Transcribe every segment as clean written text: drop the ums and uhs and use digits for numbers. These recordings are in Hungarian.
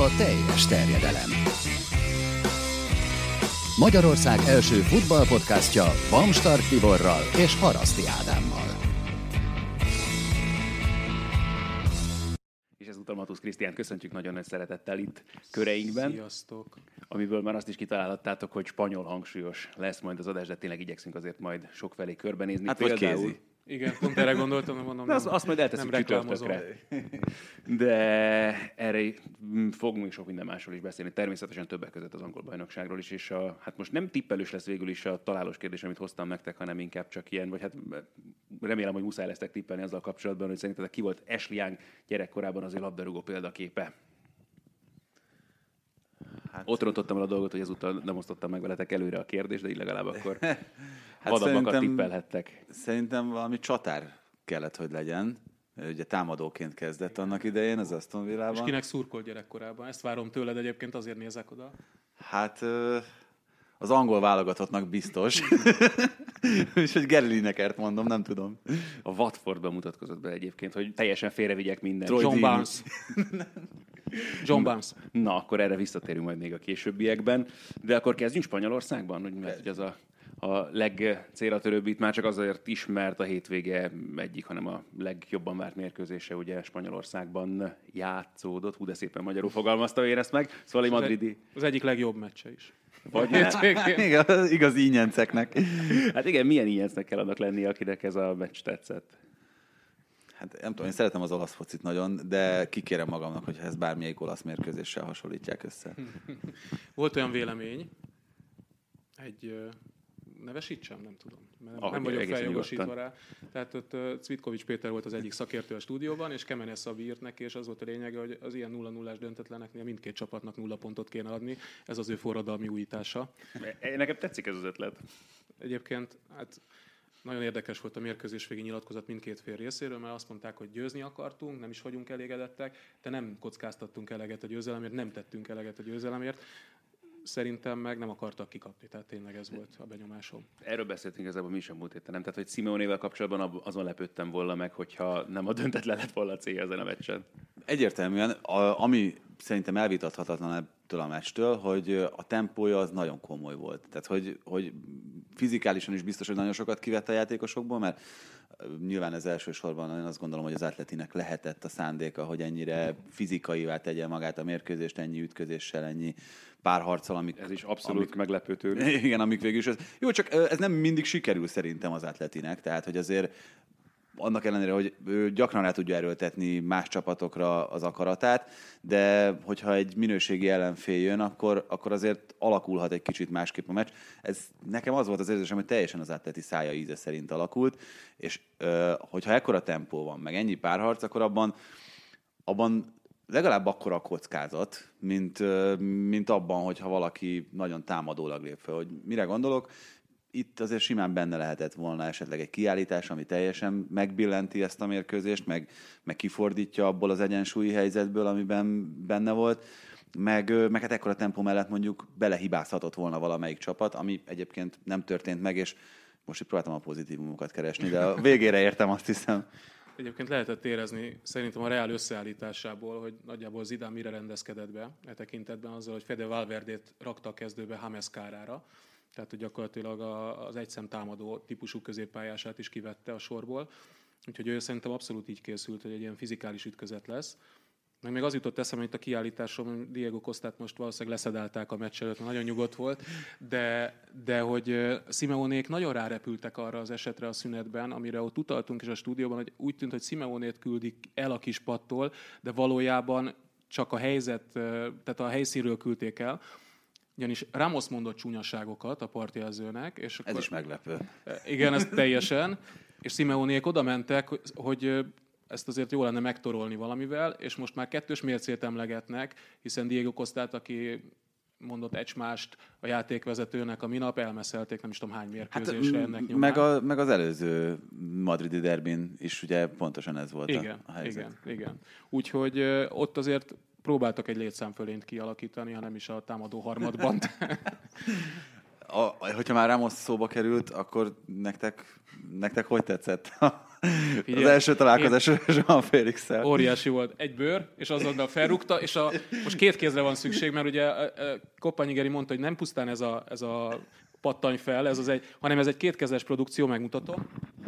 a teljes terjedelem. Magyarország első futballpodcastja Bamstart Tiborral és Haraszti Ádámmal. És ezúttal Matusz Krisztiánt köszöntjük nagyon nagy szeretettel itt köreinkben. Sziasztok! Amiből már azt is kitalálhattátok, hogy spanyol hangsúlyos lesz majd az adás, de tényleg igyekszünk azért majd sokfelé körbenézni. Hát vagy kézi. Igen, pont erre gondoltam, hogy mondom, azt majd eltesszük csütörtökre. De erre fogunk sok minden másról is beszélni. Természetesen többek között az angol bajnokságról is, és hát most nem tippelős lesz végül is a találós kérdés, amit hoztam nektek, hanem inkább csak ilyen, vagy hát remélem, hogy muszáj lesztek tippelni azzal kapcsolatban, hogy szerintetek ki volt Ashley Young gyerekkorában az ő labdarúgó példaképe. Hát, ott rontottam el a dolgot, hogy ezúttal nem osztottam meg veletek előre a kérdést, de így legalább akkor vadabbakat tippelhettek. Szerintem valami csatár kellett, hogy legyen. Ugye támadóként kezdett annak idején az Aston Villában. És kinek szurkolt gyerekkorában? Ezt várom tőled, egyébként azért nézek oda. Hát az angol válogatottnak biztos. És hogy Gary Linekert mondom, nem tudom. A Watfordban mutatkozott be egyébként, hogy teljesen félrevigyek mindent. John Barnes. Na, akkor erre visszatérünk majd még a későbbiekben. De akkor kezdjünk Spanyolországban, mert hogy az a legcélra törőbb itt már csak azért is, mert a hétvége egyik, hanem a legjobban várt mérkőzése ugye Spanyolországban játszódott. Hú, de szépen magyarul fogalmazta én ezt meg. Szóval egy madridi... Az egyik legjobb meccse is. Vagy igen, az igazi ínyenceknek. Hát igen, milyen ínyencnek kell annak lennie, akinek ez a meccs tetszett? Hát nem tudom, én szeretem az olasz focit nagyon, de kikérem magamnak, hogyha ezt bármelyik olasz mérkőzéssel hasonlítják össze. Volt olyan vélemény, nevesítsem? Nem tudom. Nem vagyok feljogosítva rá. Tehát ott Cvitkovics Péter volt az egyik szakértő a stúdióban, és Kemenes Szabi írt neki, és az volt a lényege, hogy az ilyen 0-0-ás döntetleneknél mindkét csapatnak 0 pontot kéne adni. Ez az ő forradalmi újítása. Nekem tetszik ez az ötlet. Egyébként hát nagyon érdekes volt a mérkőzés végi nyilatkozat mindkét fél részéről, mert azt mondták, hogy győzni akartunk, nem is vagyunk elégedettek, de nem kockáztattunk eleget a győzelemért, nem tettünk eleget a győzelemért. Szerintem meg nem akartak kikapni, tehát tényleg ez volt a benyomásom. Erről beszéltünk igazából mi is a múlt héten, nem? Tehát, hogy Simeonével kapcsolatban azon lepődtem volna meg, hogyha nem a döntetlen lett volna a célja ezen a meccsen. Egyértelműen, ami szerintem elvitathatatlan ettől a meccstől, hogy a tempója az nagyon komoly volt. Tehát, hogy fizikálisan is biztos, hogy nagyon sokat kivett a játékosokból, mert nyilván ez elsősorban én azt gondolom, hogy az Atletinek lehetett a szándéka, hogy ennyire fizikaivá tegye magát a mérkőzést, ennyi ütközéssel, ennyi párharccal, ez is abszolút meglepő tőle. Igen, amik végül is. Jó, csak ez nem mindig sikerül szerintem az Atletinek, tehát hogy azért annak ellenére, hogy ő gyakran rá tudja erőltetni más csapatokra az akaratát, de hogyha egy minőségi ellenfél jön, akkor azért alakulhat egy kicsit másképp a meccs. Ez nekem az volt az érzésem, hogy teljesen az Atleti szája íze szerint alakult, és hogyha ekkora tempó van, meg ennyi párharc, akkor abban legalább akkora a kockázat, mint abban, hogyha valaki nagyon támadólag lép fel. Hogy mire gondolok? Itt azért simán benne lehetett volna esetleg egy kiállítás, ami teljesen megbillenti ezt a mérkőzést, meg kifordítja abból az egyensúlyi helyzetből, amiben benne volt. Meg hát ekkora tempó mellett mondjuk belehibázhatott volna valamelyik csapat, ami egyébként nem történt meg, és most itt próbáltam a pozitívumokat keresni, de a végére értem, azt hiszem. Egyébként lehetett érezni szerintem a Real összeállításából, hogy nagyjából Zidane mire rendezkedett be e tekintetben azzal, hogy Fede Valverdét rakta a kezdőbe James Carrára. Tehát, hogy gyakorlatilag az egyszem támadó típusú középpályását is kivette a sorból. Úgyhogy ő szerintem abszolút így készült, hogy egy ilyen fizikális ütközet lesz. Meg még az jutott eszembe, hogy itt a kiállításon Diego Costát most valószínűleg leszedálták a meccs előtt, nagyon nyugodt volt, de hogy Simeonék nagyon rárepültek arra az esetre a szünetben, amire ott utaltunk is a stúdióban, hogy úgy tűnt, hogy Simeonét küldik el a kispadtól, de valójában csak a helyzet, tehát a helyszínről küldték el. Ugyanis Ramos mondott csúnyaságokat a partjelzőnek. És akkor, ez is meglepő. Igen, ez teljesen. És Simeonék oda mentek, hogy ezt azért jó lenne megtorolni valamivel, és most már kettős mércét emlegetnek, hiszen Diego Costát, aki mondott egymást a játékvezetőnek a minap, elmeszelték nem is tudom hány mérkőzésre ennek nyomán. Meg az előző madridi derbin is ugye pontosan ez volt a helyzet. Igen. Úgyhogy ott azért próbáltak egy létszámfölényt kialakítani, ha nem is a támadó harmadban. Hogyha már Ramos szóba került, akkor nektek hogy tetszett Az első találkozás João Félix-szel. Óriási volt. Egy bőr, és azonnal felrúgta, és most 2 kézre van szükség, mert ugye Koppányi mondta, hogy nem pusztán ez a pattanj fel, hanem ez egy 2 kezes produkció, megmutatom.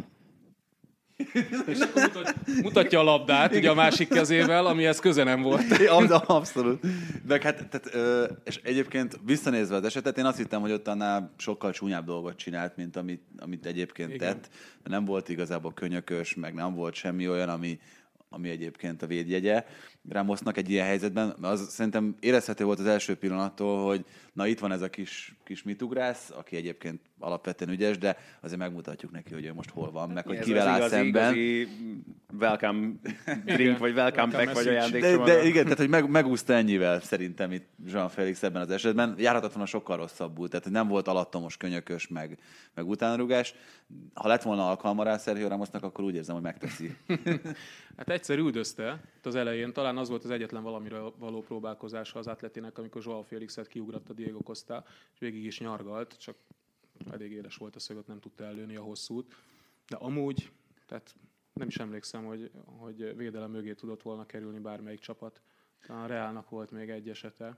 És akkor mutatja a labdát ugye a másik kezével, amihez köze nem volt. Abszolút. De hát, és egyébként visszanézve az esetet, én azt hittem, hogy ott annál sokkal csúnyább dolgot csinált, mint amit egyébként igen. tett. Nem volt igazából könyökös, meg nem volt semmi olyan, ami egyébként a védjegye Ramosnak egy ilyen helyzetben. Az szerintem érezhető volt az első pillanattól, hogy na itt van ez a kis mitugrász, aki egyébként alapvetően ügyes, de azért megmutatjuk neki, hogy ő most hol van, meg hogy kivel áll szemben. Welcome drink, vagy welcome pack, vagy ajándékcsomag. De igen, tehát hogy megúszta ennyivel szerintem itt João Félix ebben az esetben. Járhatott volna sokkal rosszabbul, tehát nem volt alattomos, könyökös, meg utánrugás. Ha lett volna alkalma rá Sergio Ramosnak, akkor úgy érzem, hogy megteszi. Hát egyszer üldözte az elején, talán az volt az egyetlen valamiről való próbálkozása az Atletinek, amikor João Félixet kiugratta Diego Costa, és végig is nyargalt, csak elég éles volt a szögöt, nem tudta ellőni a hosszút. De amúgy, tehát nem is emlékszem, hogy védelem mögé tudott volna kerülni bármelyik csapat. Talán a Realnak volt még egy esete.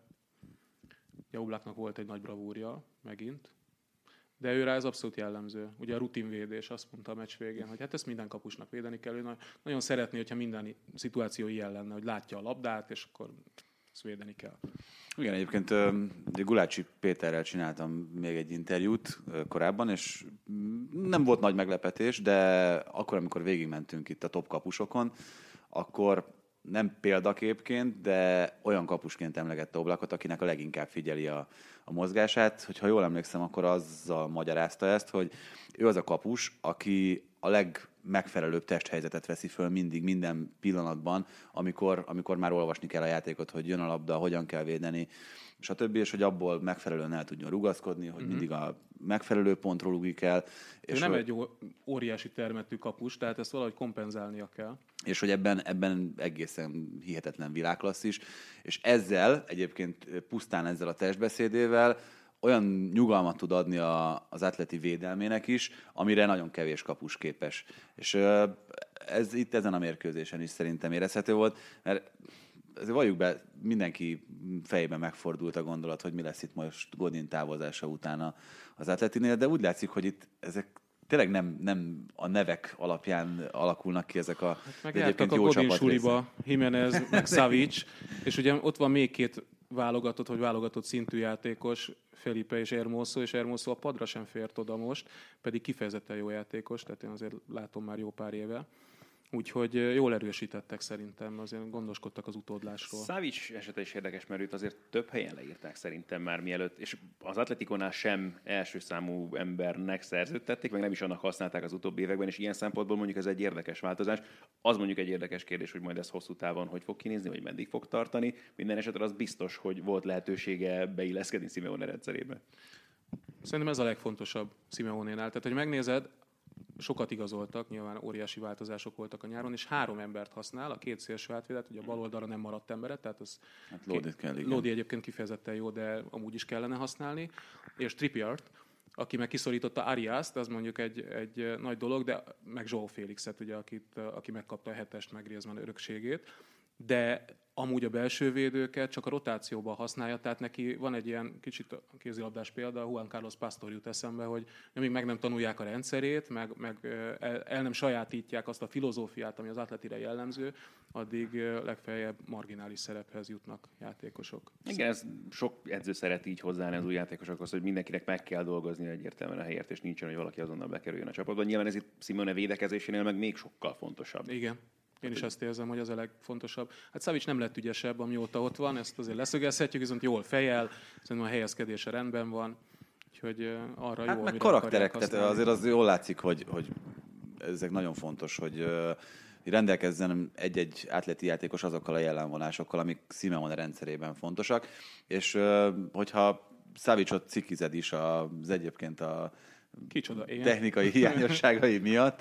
Oblaknak volt egy nagy bravúrja megint. De őre ez abszolút jellemző. Ugye a rutinvédés, azt mondta a meccs végén, hogy hát ezt minden kapusnak védeni kell. Ő nagyon szeretné, hogyha minden szituáció ilyen lenne, hogy látja a labdát, és akkor ezt védeni kell. Igen, egyébként Gulácsi Péterrel csináltam még egy interjút korábban, és nem volt nagy meglepetés, de akkor, amikor végigmentünk itt a top kapusokon, akkor nem példaképként, de olyan kapusként emlegette Oblakot, akinek a leginkább figyeli a mozgását. Hogyha jól emlékszem, akkor azzal magyarázta ezt, hogy ő az a kapus, aki a legmegfelelőbb testhelyzetet veszi föl mindig, minden pillanatban, amikor már olvasni kell a játékot, hogy jön a labda, hogyan kell védeni, stb. És hogy abból megfelelően el tudjon rugaszkodni, hogy mindig a megfelelő pontról ugrik el. És nem egy óriási termetű kapus, tehát ezt valahogy kompenzálnia kell. És hogy ebben egészen hihetetlen világklasszis, és ezzel, egyébként pusztán ezzel a testbeszédével olyan nyugalmat tud adni az Atleti védelmének is, amire nagyon kevés kapus képes. És ez itt ezen a mérkőzésen is szerintem érezhető volt, mert azért valljuk be, mindenki fejében megfordult a gondolat, hogy mi lesz itt most Godin távozása után az Atletinél, de úgy látszik, hogy itt ezek tényleg nem a nevek alapján alakulnak ki ezek a egyébként jó Godin suliba, Jiménez, meg Savic, és ugye ott van még 2 válogatott szintű játékos, Felipe és Hermoso a padra sem fért oda most, pedig kifejezetten jó játékos, tehát én azért látom már jó pár éve. Úgyhogy jól erősítettek szerintem, azért gondoskodtak az utódlásról. Savic esete is érdekes, mert őt azért több helyen leírták szerintem már mielőtt, és az Atleticonál sem első számú embernek szerződtették, meg nem is annak használták az utóbbi években, és ilyen szempontból mondjuk ez egy érdekes változás. Az mondjuk egy érdekes kérdés, hogy majd ez hosszú távon hogy fog kinézni, vagy meddig fog tartani. Minden esetre az biztos, hogy volt lehetősége beilleszkedni Simeone rendszerébe. Szerintem ez a legfontosabb Simeone-nál. Tehát, hogy megnézed, sokat igazoltak, nyilván óriási változások voltak a nyáron, és 3 embert használ, a 2 szélső átvédelt, ugye a bal oldalra nem maradt emberet, tehát az Lodi egyébként kifejezetten jó, de amúgy is kellene használni, és Trippiert, aki meg kiszorította Ariast, az mondjuk egy nagy dolog, de meg João Félixet, ugye, aki megkapta a 7-est, meg Griezmann örökségét, de amúgy a belső védőket csak a rotációban használja, tehát neki van egy ilyen kicsit kézilabdás példa, Juan Carlos Pastor jut eszembe, hogy amíg meg nem tanulják a rendszerét, meg el nem sajátítják azt a filozófiát, ami az Atletire jellemző, addig legfeljebb marginális szerephez jutnak játékosok. Igen, ez sok edző szeret így hozzáállni az új játékosokhoz, hogy mindenkinek meg kell dolgozni egyértelműen a helyért, és nincsen, hogy valaki azonnal bekerüljön a csapatba. Nyilván ez itt Simeone védekezésénél meg még sokkal fontosabb. Igen. Én is azt érzem, hogy az a legfontosabb. Hát Savic nem lett ügyesebb, amióta ott van, ezt azért leszögezhetjük, viszont jól fejel, szerintem a helyezkedése rendben van, úgyhogy arra jó, meg karakterek, tehát azért az jól látszik, hogy ezek nagyon fontos, hogy rendelkezzen egy Atleti játékos azokkal a jellemvonásokkal, amik Simeone rendszerében fontosak, és hogyha Savicot cikized is az egyébként a technikai hiányosságai miatt,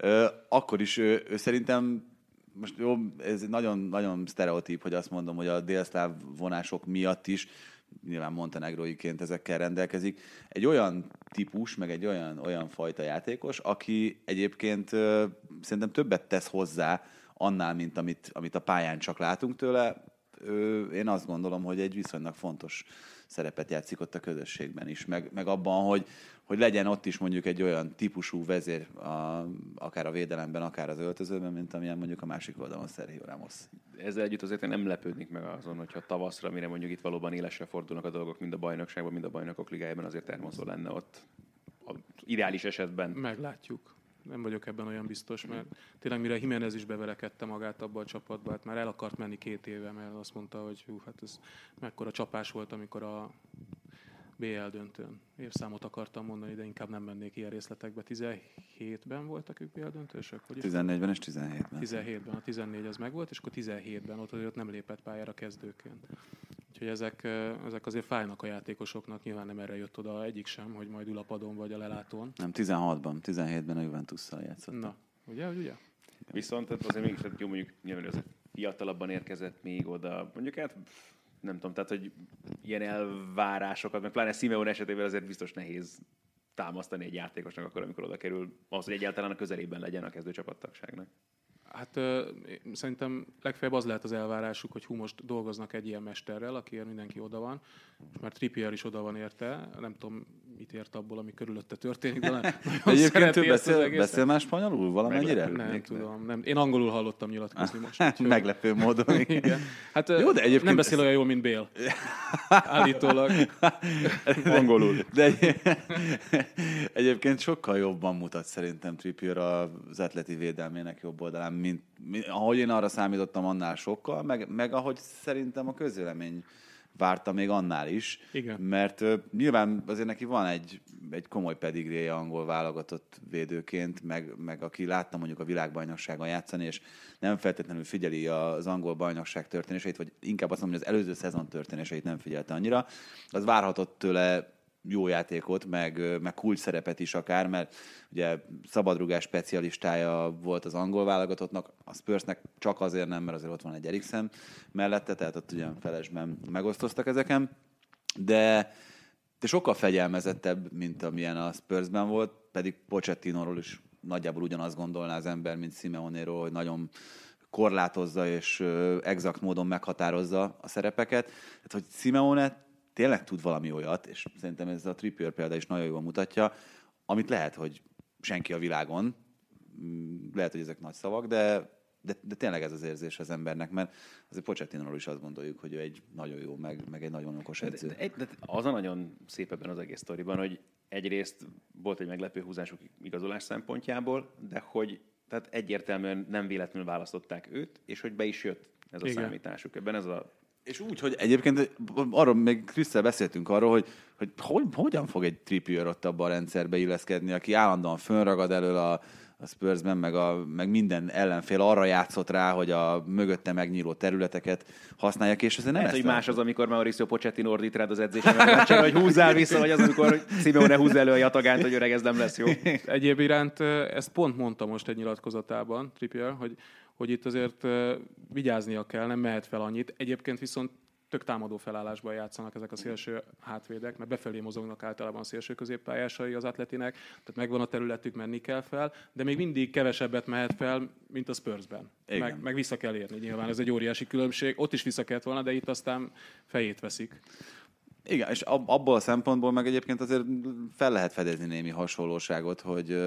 akkor is ő szerintem, most jó, ez nagyon, nagyon sztereotíp, hogy azt mondom, hogy a délszláv vonások miatt is nyilván montenegróiként ezekkel rendelkezik. Egy olyan típus, meg egy olyan fajta játékos, aki egyébként szerintem többet tesz hozzá annál, mint amit a pályán csak látunk tőle. Én azt gondolom, hogy egy viszonylag fontos szerepet játszik ott a közösségben is, meg abban, hogy legyen ott is mondjuk egy olyan típusú vezér, akár a védelemben, akár az öltözőben, mint amilyen mondjuk a másik oldalon Sergio Ramos. Ezzel együtt azért nem lepődnék meg azon, hogyha tavaszra, mire mondjuk itt valóban élesre fordulnak a dolgok, mind a bajnokságban, mind a bajnokok ligájában, azért Hermoso lenne ott ideális esetben. Meglátjuk. Nem vagyok ebben olyan biztos, mert tényleg mire Jiménez is beverekedte magát abba a csapatba, hát már el akart menni 2 éve, mert azt mondta, hogy hát ez mekkora csapás volt, amikor a BL döntőn évszámot akartam mondani, de inkább nem mennék ilyen részletekbe. 17-ben voltak ők BL döntősök? 14-ben és 17-ben. 17-ben, a 14 az megvolt, és akkor 17-ben ott nem lépett pályára kezdőként. Úgyhogy ezek azért fájnak a játékosoknak, nyilván nem erre jött oda egyik sem, hogy majd ül a padon vagy a lelátón. Nem, 16-ban, 17-ben a Juventusszal játszott. Na, ugye? Viszont azért mégis jó, mondjuk nyilván azért fiatalabban érkezett még oda. Mondjuk hát nem tudom, tehát hogy ilyen elvárásokat, meg pláne Simeone esetében azért biztos nehéz támasztani egy játékosnak akkor, amikor oda kerül, ahhoz, hogy egyáltalán a közelében legyen a kezdőcsapattagságnak. Hát szerintem legfeljebb az lehet az elvárásuk, hogy most dolgoznak egy ilyen mesterrel, akiért mindenki oda van, és már Trippier is oda van érte, nem tudom, mit ért abból, ami körülötte történik, de egyébként ő beszél már spanyolul valamennyire? Nem tudom. Nem. Én angolul hallottam nyilatkozni most. Meglepő módon. Igen. Hát jó, de egyébként nem beszél olyan jól, mint Bale. Állítólag. Angolul. De egyébként sokkal jobban mutat szerintem Trippier az atleti védelmének jobb oldalán, mint ahogy én arra számítottam, annál sokkal, meg ahogy szerintem a közvélemény várta még annál is. Igen. Mert nyilván azért neki van egy komoly pedigréje angol válogatott védőként, meg aki látta mondjuk a világbajnokságon játszani, és nem feltétlenül figyeli az angol bajnokság történéseit, vagy inkább azt mondom, hogy az előző szezon történéseit nem figyelte annyira, az várhatott tőle jó játékot, meg kulcs szerepet is akár, mert ugye szabadrugás specialistája volt az angol válogatottnak, a Spursnek csak azért nem, mert azért ott van egy Eriksen mellette, tehát ott ugye felesben megosztoztak ezeken, de sokkal fegyelmezettebb, mint amilyen a Spursben volt, pedig Pochettinóról is nagyjából ugyanazt gondolná az ember, mint Simeonéról, hogy nagyon korlátozza és exakt módon meghatározza a szerepeket. Tehát, hogy Simeone tényleg tud valami olyat, és szerintem ez a Trippier példa is nagyon jól mutatja, amit lehet, hogy senki a világon, lehet, hogy ezek nagy szavak, de tényleg ez az érzés az embernek, mert azért Pochettinóról is azt gondoljuk, hogy ő egy nagyon jó, meg egy nagyon okos edző. De az a nagyon szép ebben az egész sztoriban, hogy egyrészt volt egy meglepő húzásuk igazolás szempontjából, de hogy tehát egyértelműen nem véletlenül választották őt, és hogy be is jött ez a számításuk. Ebben ez a... És úgy, hogy egyébként arról még Krisztel beszéltünk arról, hogy hogyan fog egy Trippier ott abban a rendszerbe illeszkedni, aki állandóan fönragad elől a Spursben, meg minden ellenfél arra játszott rá, hogy a mögötte megnyíló területeket használják, és ezért nem lehet, hogy más az, amikor Mauricio Pochettino ordít rád az edzésen, hogy húzzál vissza, vagy az, amikor Simeone húz elő a jatagánt, hogy öreg, ez nem lesz jó. Egyéb iránt ezt pont mondta most egy nyilatkozatában Trippier, hogy itt azért vigyáznia kell, nem mehet fel annyit. Egyébként viszont tök támadó felállásban játszanak ezek a szélső hátvédek, mert befelé mozognak általában a szélső középpályásai az Atletinek, tehát megvan a területük, menni kell fel, de még mindig kevesebbet mehet fel, mint a Spursben. Meg vissza kell érni nyilván, ez egy óriási különbség. Ott is vissza kellett volna, de itt aztán fejét veszik. Igen, és abból a szempontból meg egyébként azért fel lehet fedezni némi hasonlóságot, hogy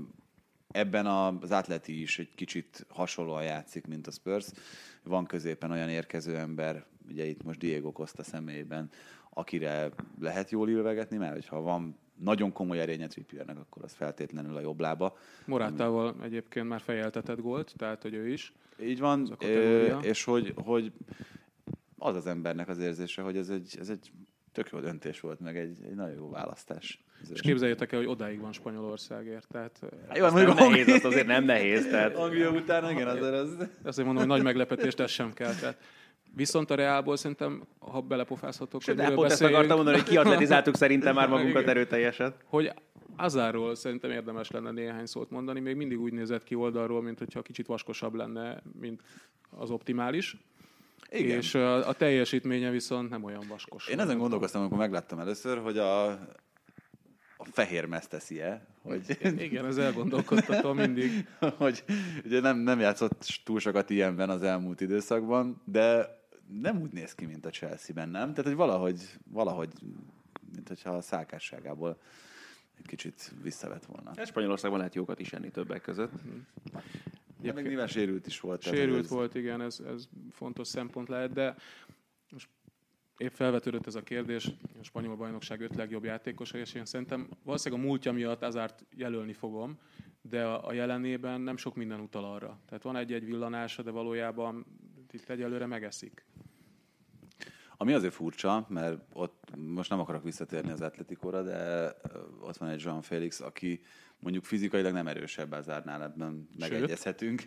ebben az Atleti is egy kicsit hasonlóan játszik, mint a Spurs. Van középen olyan érkező ember, ugye itt most Diego Costa személyében, akire lehet jól ülvegetni, mert ha van nagyon komoly erénye Trippiernek, akkor az feltétlenül a jobb lába. Morátával egyébként már fejeltetett gólt, tehát hogy ő is. Így van, és hogy az embernek az érzése, hogy ez egy tök jó döntés volt, meg egy nagyon jó választás. És képzeljétek el, hogy odáig van Spanyolországért. Tehát, azt azért nem nehéz. Tehát... Anglia után, igen, azért mondom, hogy nagy meglepetést ez sem kell. Tehát. Viszont a Realból szerintem, ha belepofázhatok, hogy miről beszéljünk... Ezt akartam mondani, hogy kiatletizáltuk szerintem már magunkat erőteljeset. Hogy Hazardról szerintem érdemes lenne néhány szót mondani. Még mindig úgy nézett ki oldalról, mint hogyha kicsit vaskosabb lenne, mint az optimális. Igen. És a teljesítménye viszont nem olyan vaskos. Én ezen gondolkoztam, amikor megláttam először, hogy a fehér mez teszi-e? Hogy... Igen, ez elgondolkodtató mindig. Hogy ugye nem játszott túl sokat ilyenben az elmúlt időszakban, de nem úgy néz ki, mint a Chelsea-ben, nem? Tehát, hogy valahogy mint hogyha a szálkásságából egy kicsit visszavett volna. Spanyolországban lehet jókat is enni többek között. De meg nyilván sérült is volt. Sérült volt, igen, ez fontos szempont lehet, de most épp felvetődött ez a kérdés, a spanyol bajnokság 5 legjobb játékosa, és én szerintem valószínűleg a múltja miatt Hazárt jelölni fogom, de a jelenében nem sok minden utal arra. Tehát van egy-egy villanása, de valójában itt egyelőre megeszik. Ami azért furcsa, mert ott most nem akarok visszatérni az Atleticóra, de ott van egy João Félix, aki mondjuk fizikailag nem erősebb Hazardnál, ebben megegyezhetünk.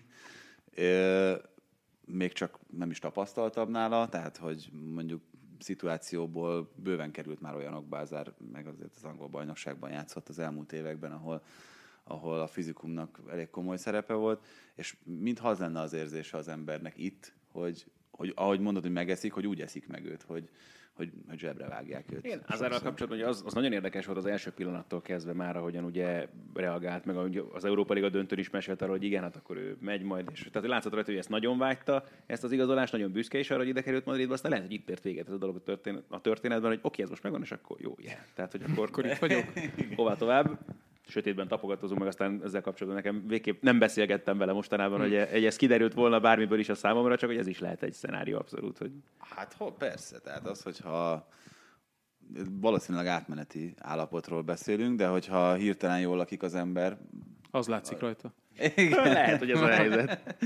Még csak nem is tapasztaltabb nála, tehát hogy mondjuk szituációból bőven került már olyanokba Hazard, meg azért az angol bajnokságban játszott az elmúlt években, ahol a fizikumnak elég komoly szerepe volt, és mintha az lenne az érzése az embernek itt, hogy ahogy mondod, hogy megeszik, hogy úgy eszik meg őt, hogy zsebre vágják őt. Én Hazardral kapcsolatban, hogy az nagyon érdekes volt az első pillanattól kezdve már, ahogyan ugye reagált, meg az Európa Liga döntőn is mesélt arra, hogy igen, hát akkor ő megy majd, és tehát látszott rajta, hogy ezt nagyon vágyta, ezt az igazolást, nagyon büszke is arra, hogy ide került Madridba, aztán lehet, hogy itt ért véget ez a dolog a történetben, hogy oké, ez most megvan, és akkor jó, tehát hogy akkor itt vagyok, hová tovább. Sötétben tapogatózunk, meg aztán ezzel kapcsolatban nekem végképp nem beszélgettem vele mostanában, hogy ez kiderült volna bármiből is a számomra, csak hogy ez is lehet egy szenárió abszolút. Hogy... Hát persze, tehát az, hogyha valószínűleg átmeneti állapotról beszélünk, de hogyha hirtelen jól lakik az ember... Az látszik rajta. Igen. Lehet, hogy ez a helyzet.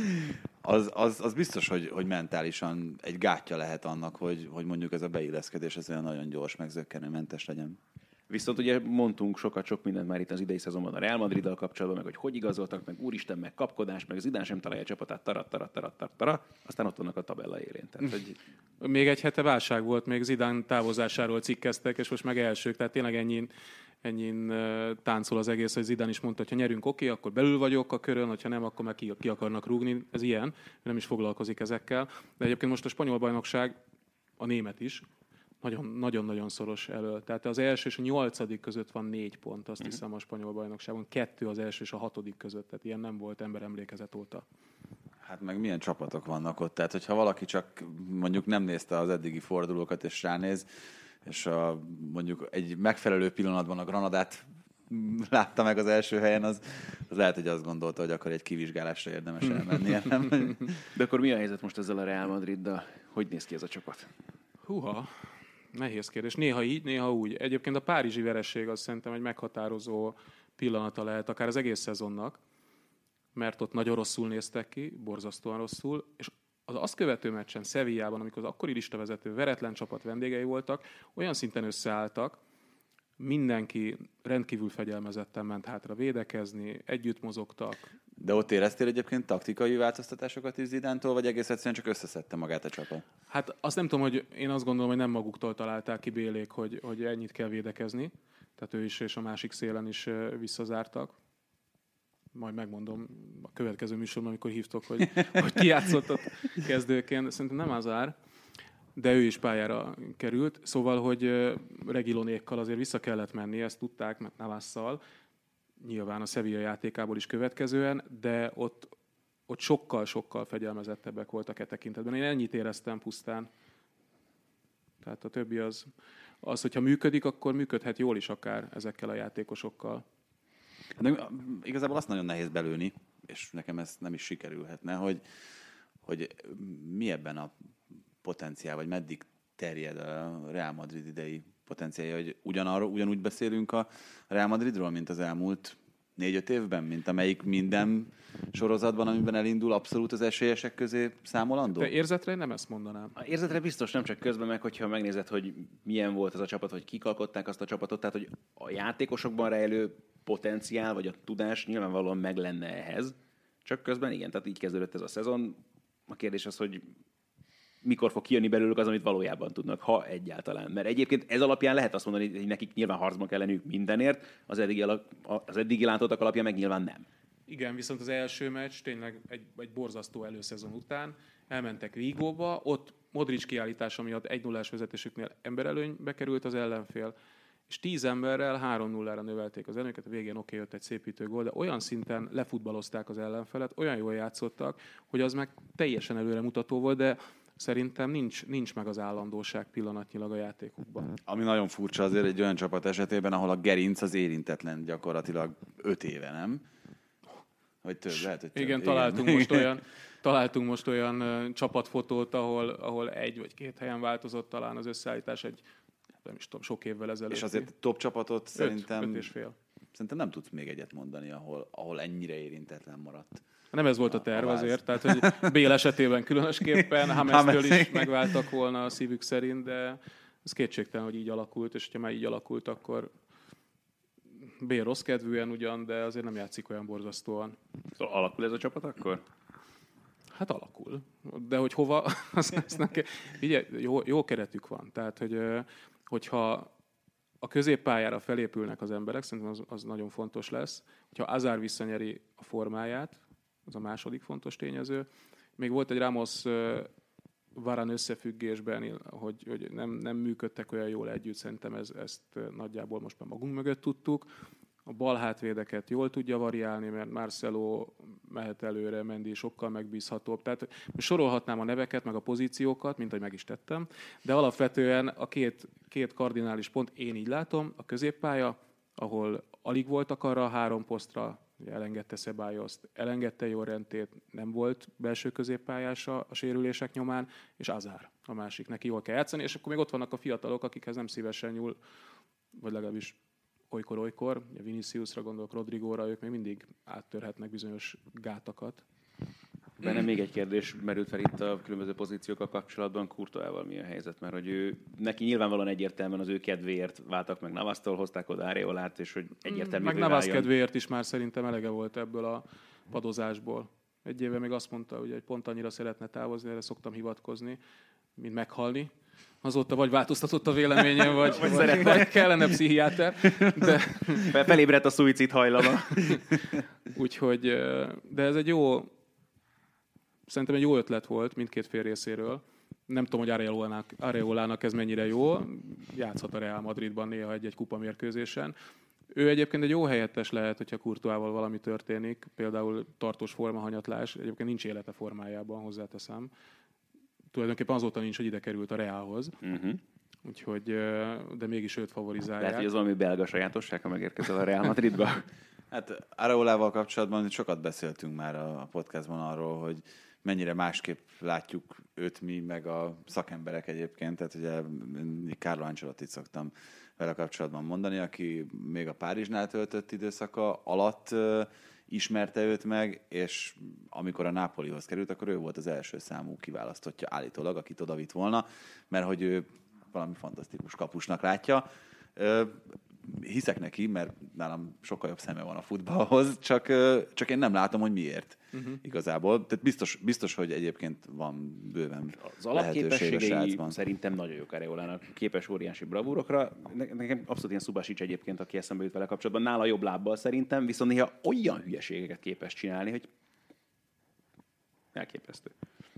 Az biztos, hogy mentálisan egy gátja lehet annak, hogy mondjuk ez a beilleszkedés ez olyan nagyon gyors, megzökkenőmentes legyen. Viszont ugye mondtunk sok mindent már itt az idei szezonban a Real Madriddal kapcsolatban, meg hogy igazoltak, meg úristen, meg kapkodás, meg az Zidane sem találja a csapatát, tarat, aztán ott vannak a tabella élén. Tehát, hogy... Még egy hete válság volt, még Zidane távozásáról cikkeztek, és most meg elsők, tehát tényleg ennyin táncol az egész, hogy Zidane is mondta, hogy ha nyerünk, oké, akkor belül vagyok a körön, hogyha nem, akkor meg ki akarnak rúgni. Ez ilyen, nem is foglalkozik ezekkel. De egyébként most a spanyol bajnokság, a német is, nagyon-nagyon szoros elől. Tehát az első és a 8. között van 4 pont, azt hiszem a spanyol bajnokságon. 2 az első és a 6. között, tehát ilyen nem volt ember emlékezet óta. Hát meg milyen csapatok vannak ott, tehát hogyha valaki csak mondjuk nem nézte az eddigi fordulókat és ránéz, és mondjuk egy megfelelő pillanatban a Granadát látta meg az első helyen, az lehet, hogy azt gondolta, hogy akkor egy kivizsgálásra érdemes elmennie. De akkor mi a helyzet most ezzel a Real Madriddal? Hogy néz ki ez a csapat? Húha, nehéz kérdés. Néha így, néha úgy. Egyébként a párizsi veresség az szerintem egy meghatározó pillanata lehet, akár az egész szezonnak, mert ott nagyon rosszul néztek ki, borzasztóan rosszul, és az azt követő meccsen Sevillában, amikor az akkori listavezető veretlen csapat vendégei voltak, olyan szinten összeálltak, mindenki rendkívül fegyelmezetten ment hátra védekezni, együtt mozogtak. De ott éreztél egyébként taktikai változtatásokat is Zidántól, vagy egész egyszerűen csak összeszedte magát a csapat? Hát azt nem tudom, hogy én azt gondolom, hogy nem maguktól találták ki Bélék, hogy ennyit kell védekezni. Tehát ő is és a másik szélen is visszazártak. Majd megmondom a következő műsorban, amikor hívtok, hogy ki játszott ott kezdőként. Szerintem nem Hazard, de ő is pályára került. Szóval, hogy Reguilonékkal azért vissza kellett menni, ezt tudták, mert Navasszal, nyilván a Sevilla játékából is következően, de ott sokkal fegyelmezettebbek voltak e tekintetben. Én ennyit éreztem pusztán. Tehát a többi az, hogyha működik, akkor működhet jól is akár ezekkel a játékosokkal. De igazából azt nagyon nehéz belőni, és nekem ez nem is sikerülhetne, hogy mi ebben a potenciál, vagy meddig terjed a Real Madrid idei potenciálja, hogy ugyanúgy beszélünk a Real Madridról, mint az elmúlt 4-5 évben, mint amelyik minden sorozatban, amiben elindul, abszolút az esélyesek közé számolandó? De érzetre nem ezt mondanám. A érzetre biztos, nem csak közben meg, hogyha megnézed, hogy milyen volt az a csapat, hogy kik alkották azt a csapatot, tehát hogy a játékosokban rejlő potenciál, vagy a tudás nyilvánvalóan meg lenne ehhez. Csak közben igen, tehát így kezdődött ez a szezon. A kérdés az, hogy mikor fog kijönni belőlük az, amit valójában tudnak, ha egyáltalán. Mert egyébként ez alapján lehet azt mondani, hogy nekik nyilván harcban kell lenniük mindenért, az eddigi látottak alapján meg nyilván nem. Igen, viszont az első meccs tényleg egy borzasztó előszezon után elmentek Vigóba, ott Modric kiállítása miatt 1-0-ás vezetésüknél emberelőnybe került az ellenfél, és 10 emberrel 3-0-ra növelték az előnyöket, a végén jött egy szépítő gól, de olyan szinten lefutballozták az ellenfelet, olyan jól játszottak, hogy az meg teljesen előremutató volt, de szerintem nincs meg az állandóság pillanatnyilag a játékukban. Ami nagyon furcsa azért egy olyan csapat esetében, ahol a gerinc az érintetlen gyakorlatilag 5 éve, nem? Vagy több, lehet, hogy több. Igen, találtunk most olyan csapatfotót, ahol 1 vagy 2 helyen változott talán az összeállítás egy, nem is tudom, sok évvel ezelőtt. És azért top csapatot szerintem 5,5. Szerintem nem tudsz még egyet mondani, ahol ennyire érintetlen maradt. Nem ez volt a terv azért, tehát hogy Bél esetében különösképpen, Hamestől is megváltak volna a szívük szerint, de ez kétségtelen, hogy így alakult, és ha már így alakult, akkor Bél rossz kedvűen ugyan, de azért nem játszik olyan borzasztóan. Szóval alakul ez a csapat akkor? Hát alakul. De hogy hova, ugye, jó keretük van. Tehát, hogyha a középpályára felépülnek az emberek, szerintem az nagyon fontos lesz. Hogyha Hazard visszanyeri a formáját, az a második fontos tényező. Még volt egy Ramos Varane összefüggésben, hogy nem működtek olyan jól együtt, szerintem ezt nagyjából most már magunk mögött tudtuk. A bal hátvédeket jól tudja variálni, mert Marcelo mehet előre, Mendy sokkal megbízhatóbb. Tehát sorolhatnám a neveket, meg a pozíciókat, mint ahogy meg is tettem, de alapvetően a két kardinális pont, én így látom, a középpálya, ahol alig voltak arra a 3 posztra, ugye elengedte Ceballost, elengedte Llorentét, nem volt belső középpályása a sérülések nyomán, és Hazard a másik, neki jól kell játszani, és akkor még ott vannak a fiatalok, akikhez nem szívesen nyúl, vagy legalábbis olykor, Viniciusra gondolok, Rodrigóra, ők még mindig áttörhetnek bizonyos gátakat. Benne még egy kérdés merült fel itt a különböző pozíciókkal kapcsolatban, Courtoisával mi a helyzet, mert hogy neki nyilvánvalóan egyértelműen az ő kedvéért váltak meg Navastól, hozták oda Areolát, és hogy egyértelmű. Meg Navas kedvéért is már szerintem elege volt ebből a padozásból. Egy éve még azt mondta, hogy pont annyira szeretne távozni, erre szoktam hivatkozni, mint meghalni. Azóta vagy változtatott a véleményen, vagy kellene pszichiáter. De... Felébredt a szuicid hajlama. Úgyhogy, de ez szerintem egy jó ötlet volt mindkét fél részéről. Nem tudom, hogy Areolának ez mennyire jó. Játszhat a Real Madridban néha egy kupamérkőzésen. Ő egyébként egy jó helyettes lehet, hogyha Courtoisával valami történik, például tartós formahanyatlás. Egyébként nincs élete formájában, hozzáteszem. Tulajdonképpen azóta nincs, hogy ide került a Realhoz. Úgyhogy, de mégis őt favorizálják. Lehet, hogy ez valami belga sajátosság, ha megérkezel a Real Madridba. Hát Areolával kapcsolatban sokat beszéltünk már a podcastban arról, hogy mennyire másképp látjuk őt mi, meg a szakemberek egyébként. Tehát ugye Carlo Ancelottit szoktam vele kapcsolatban mondani, aki még a Párizsnál töltött időszaka alatt ismerte őt meg, és amikor a Napolihoz került, akkor ő volt az első számú kiválasztottja állítólag, akit oda vitt volna, mert hogy ő valami fantasztikus kapusnak látja. Hiszek neki, mert nálam sokkal jobb szeme van a futballhoz, csak én nem látom, hogy miért igazából. Tehát biztos, hogy egyébként van bőven az lehetőség a srácban. Szerintem nagyon jók Areolának, képes óriási bravúrokra. Nekem abszolút ilyen Subasic egyébként, aki eszembe jut vele kapcsolatban, nála jobb lábbal szerintem, viszont néha olyan hülyeségeket képes csinálni, hogy elképesztő.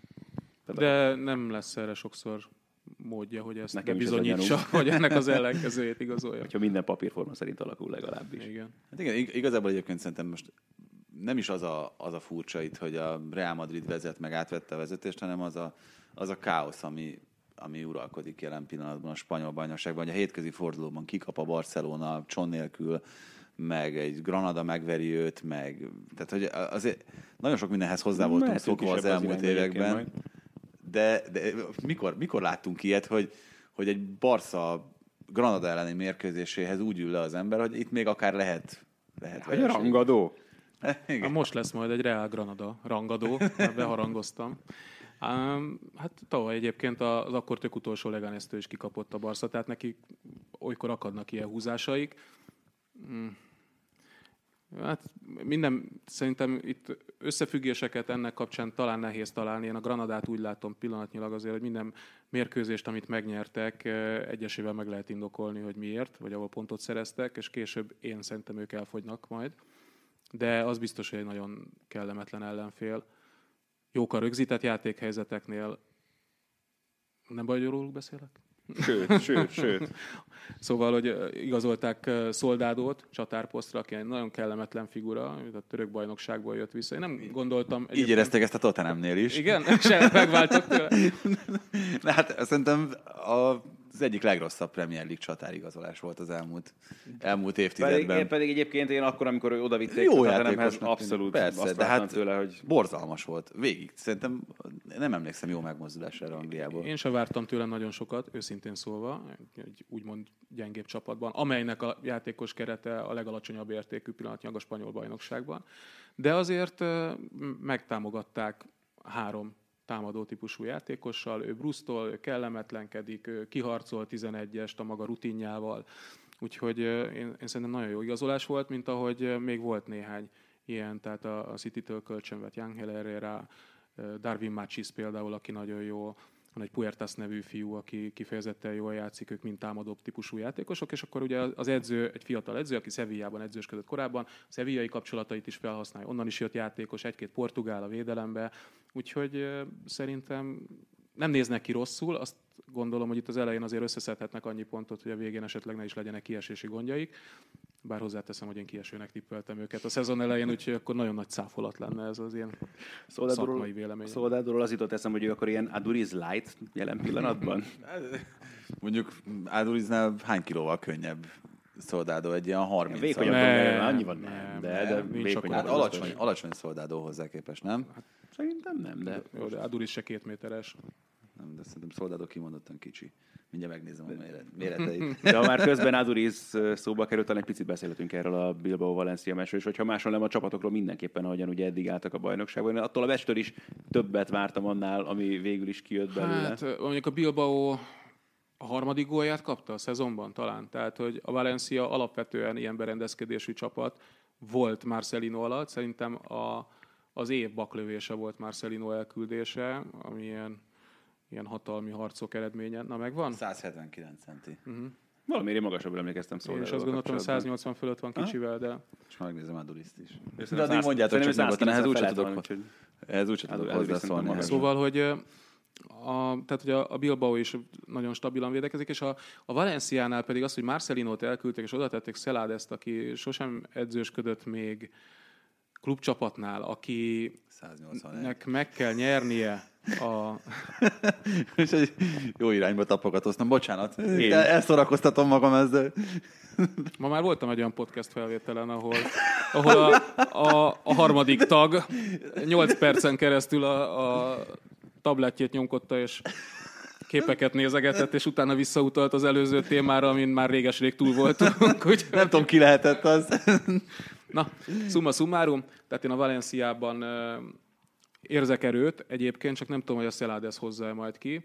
De nem lesz erre sokszor módja, hogy ezt bebizonyítsa, hogy ennek az ellenkezőjét igazolja. Hogyha minden papírforma szerint alakul legalábbis. Igen. Hát igen, igazából egyébként szerintem most nem is az a furcsa itt, hogy a Real Madrid vezet, meg átvette a vezetést, hanem az a káosz, ami uralkodik jelen pillanatban a spanyol bajnokságban, hogy a hétközi fordulóban kikap a Barcelona cson nélkül, meg egy Granada megveri őt, tehát hogy azért nagyon sok mindenhez hozzá voltunk szokva az elmúlt években. De mikor láttunk ilyet, hogy egy Barca Granada elleni mérkőzéséhez úgy ül le az ember, hogy itt még akár lehet Vagy a rangadó. Most lesz majd egy Real Granada rangadó, beharangoztam. Hát tavaly egyébként az akkor tök utolsó Leganestől is kikapott a Barca, tehát neki olykor akadnak ilyen húzásaik. Hát szerintem itt összefüggéseket ennek kapcsán talán nehéz találni. Én a Granadát úgy látom pillanatnyilag azért, hogy minden mérkőzést, amit megnyertek, egyesével meg lehet indokolni, hogy miért, vagy ahol pontot szereztek, és később én szerintem ők elfogynak majd. De az biztos, hogy egy nagyon kellemetlen ellenfél. Jók a rögzített játékhelyzeteknél, Nem baj, hogy róluk beszélek? Sőt. Szóval, hogy igazolták Soldadót csatárposztra, aki egy nagyon kellemetlen figura, a török bajnokságból jött vissza. Én nem gondoltam... Így érezték ezt a Tottenhamnél is. Igen? Se megváltak tőle. De hát szerintem az egyik legrosszabb Premier League csatárigazolás volt az elmúlt évtizedben. Pedig egyébként én akkor, amikor odavitték jó a Tottenhamhez, abszolút persze, azt de hát tőle, hogy... borzalmas volt. Végig. Szerintem nem emlékszem jó megmozdulására Angliából. Én sem vártam tőle nagyon sokat, őszintén szólva, egy úgymond gyengébb csapatban, amelynek a játékos kerete a legalacsonyabb értékű pillanatnyilag a spanyol bajnokságban. De azért megtámogatták 3 támadó típusú játékossal, ő brusztol, ő kellemetlenkedik, ő kiharcol 11-est a maga rutinjával, úgyhogy én szerintem nagyon jó igazolás volt, mint ahogy még volt néhány ilyen, tehát a City-től kölcsönvett Ángel Herrera, Darwin Machis például, aki nagyon jó, van egy Puertas nevű fiú, aki kifejezetten jól játszik, ők mind támadó típusú játékosok, és akkor ugye az edző, egy fiatal edző, aki Sevillában edzősködött korábban, a sevillai kapcsolatait is felhasználja, onnan is jött játékos, 1-2 portugál a védelembe, úgyhogy szerintem nem néznek ki rosszul, azt gondolom, hogy itt az elején azért összeszedhetnek annyi pontot, hogy a végén esetleg ne is legyenek kiesési gondjaik, bár hozzáteszem, hogy én kiesőnek tippeltem őket a szezon elején, úgyhogy akkor nagyon nagy cáfolat lenne ez az ilyen szakmai vélemény. Soldadóról az jutott eszem, hogy ő akkor ilyen Aduriz light jelen pillanatban. Mondjuk Aduriznál hány kilóval könnyebb Soldado, egy ilyen 30. Vékonyabb, annyiban nem. De hát alacsony Soldado hozzá képest, nem? Hát, szerintem nem, de... Jó, de Aduriz se 2 méteres. Nem, de szerintem Soldado kimondottan kicsi. Mindjárt megnézem a méreteit. De ha már közben Aduriz szóba került, talán egy picit beszélhetünk erről a Bilbao-Valencia meccsről, és hogyha máshol nem a csapatokról mindenképpen, ahogyan ugye eddig álltak a bajnokságban. Én attól a meccstől is többet vártam annál, ami végül is kijött belőle. Hát mondjuk a Bilbao a 3. gólját kapta a szezonban talán. Tehát, hogy a Valencia alapvetően ilyen berendezkedésű csapat volt Marcelino alatt. Szerintem az év baklövése volt Marcelino elküldése, ami ilyen hatalmi harcok eredménye. Na, megvan? 179 centi. Valamiért magasabbra emlékeztem Én is azt gondoltam, hogy 180 fölött van kicsivel, de... És megnézem Adurizt is. De addig mondjátok csak nyugodtan, ehhez úgy tudok hozzászólni. Szóval, hogy tehát ugye a Bilbao is nagyon stabilan védekezik, és a Valenciánál pedig az, hogy Marcelinót elküldték, és oda tették Celades-t, aki sosem edzősködött még klubcsapatnál, akinek meg kell nyernie És egy jó irányba tapogatóztam, bocsánat. Én elszorakoztatom magam ezzel. Ma már voltam egy olyan podcast felvételen, ahol a harmadik tag 8 percen keresztül a tabletjét nyomkodta, és képeket nézegetett, és utána visszautalt az előző témára, amin már réges-rég túl voltunk. Nem tudom, ki lehetett az. Na, summa summarum, tehát én a Valenciában érzek erőt egyébként, csak nem tudom, hogy a Celades hozzá majd ki.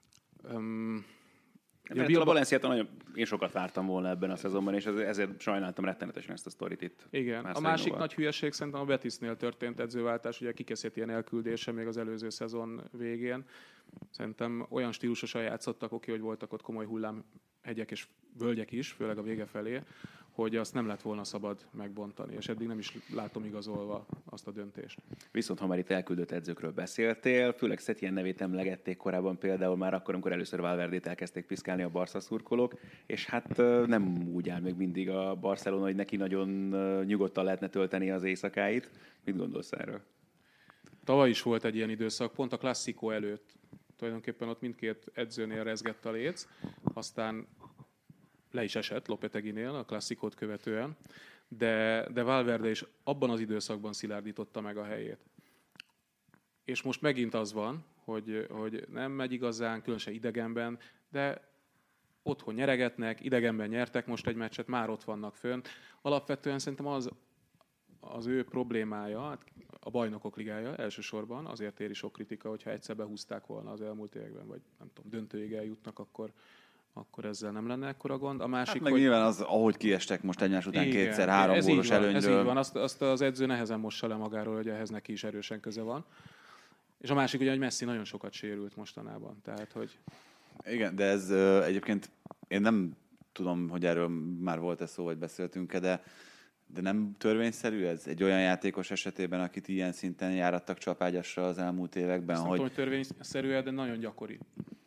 A Valenciától én sokat vártam volna ebben a szezonban, és ezért sajnáltam rettenetesen ezt a sztorit itt. Igen. A másik nagy hülyeség szerintem a Betisnél történt edzőváltás, ugye Kikeszét ilyen elküldése még az előző szezon végén. Szerintem olyan stílusosan játszottak, hogy voltak ott komoly hullámhegyek és völgyek is, főleg a vége felé, hogy azt nem lett volna szabad megbontani, és eddig nem is látom igazolva azt a döntést. Viszont ha már itt elküldött edzőkről beszéltél, főleg Setien nevét emlegették korábban például már akkor, amikor először Valverdét elkezdték piszkálni a Barca szurkolók, és hát nem úgy áll még mindig a Barcelona, hogy neki nagyon nyugodtan lehetne tölteni az éjszakáit. Mit gondolsz erről? Tavaly is volt egy ilyen időszak, pont a Clásico előtt. Tulajdonképpen ott mindkét edzőnél rezgett a léc, aztán le is esett Lopeteginél a Clásicót követően, de Valverde is abban az időszakban szilárdította meg a helyét. És most megint az van, hogy nem megy igazán, különösen idegenben, de otthon nyeregetnek, idegenben nyertek most egy meccset, már ott vannak fönn. Alapvetően szerintem az ő problémája, a Bajnokok Ligája elsősorban, azért éri sok kritika, hogyha egyszer behúzták volna az elmúlt években, vagy nem tudom, döntőig eljutnak, akkor ezzel nem lenne ekkora gond. A másik, hát meg nyilván az, ahogy kiestek most egymás után kétszer, 3 gólos előnyből. Ez így van, azt az edző nehezen mossa le magáról, hogy ehhez neki is erősen köze van. És a másik ugye, hogy Messi nagyon sokat sérült mostanában. Tehát, hogy... Igen, de ez egyébként, én nem tudom, hogy erről már volt-e szó, vagy beszéltünk-e, de nem törvényszerű ez egy olyan játékos esetében, akit ilyen szinten járattak csapágyasra az elmúlt években? Nem tudom, hogy törvényszerű, de nagyon gyakori.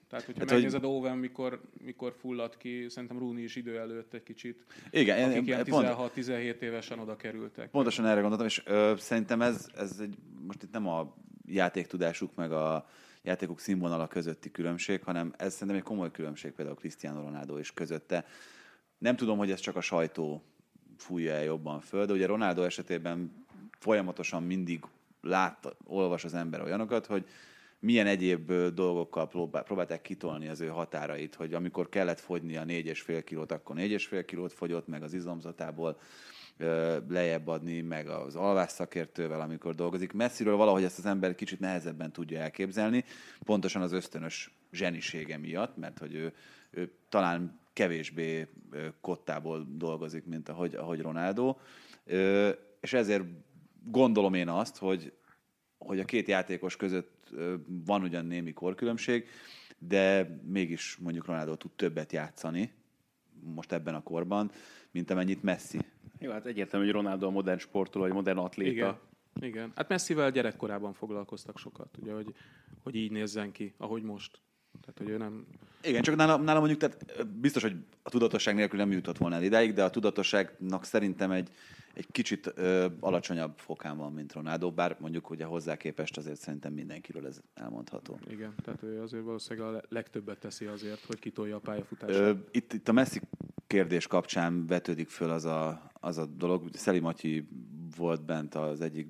Tehát, hogyha megnézed Owen, mikor fulladt ki, szerintem Rooney is idő előtt egy kicsit. Igen, akik ilyen 16-17 évesen oda kerültek. Pontosan erre gondoltam, és szerintem ez most itt nem a játéktudásuk, meg a játékok színvonala közötti különbség, hanem ez szerintem egy komoly különbség például Cristiano Ronaldo és közötte. Nem tudom, hogy ez csak a sajtó fújja jobban föl, de ugye Ronaldo esetében folyamatosan mindig olvas az ember olyanokat, hogy milyen egyéb dolgokkal próbálták kitolni az ő határait, hogy amikor kellett fogynia 4,5 kilót, akkor 4,5 kilót fogyott, meg az izomzatából lejjebb adni, meg az alvás szakértővel, amikor dolgozik. Messiről valahogy ezt az ember kicsit nehezebben tudja elképzelni, pontosan az ösztönös zsenisége miatt, mert hogy ő talán kevésbé kottából dolgozik, mint ahogy Ronaldo. És ezért gondolom én azt, hogy a két játékos között van ugyan némi korkülönbség, de mégis mondjuk Ronaldo tud többet játszani most ebben a korban, mint amennyit Messi. Jó, hát egyértelmű, hogy Ronaldo a modern sportoló, vagy modern atléta. Igen. Hát Messivel gyerekkorában foglalkoztak sokat, ugye, hogy így nézzen ki, ahogy most. Tehát, hogy ő nem... Igen, csak nála mondjuk, tehát biztos, hogy a tudatosság nélkül nem jutott volna el idáig, de a tudatosságnak szerintem egy kicsit alacsonyabb fokán van, mint Ronaldo, bár mondjuk ugye hozzá képest azért szerintem mindenkiről ez elmondható. Igen, tehát ő azért valószínűleg a legtöbbet teszi azért, hogy kitolja a pályafutását. Itt a Messi kérdés kapcsán vetődik föl az a dolog, Szeli Matyi volt bent az egyik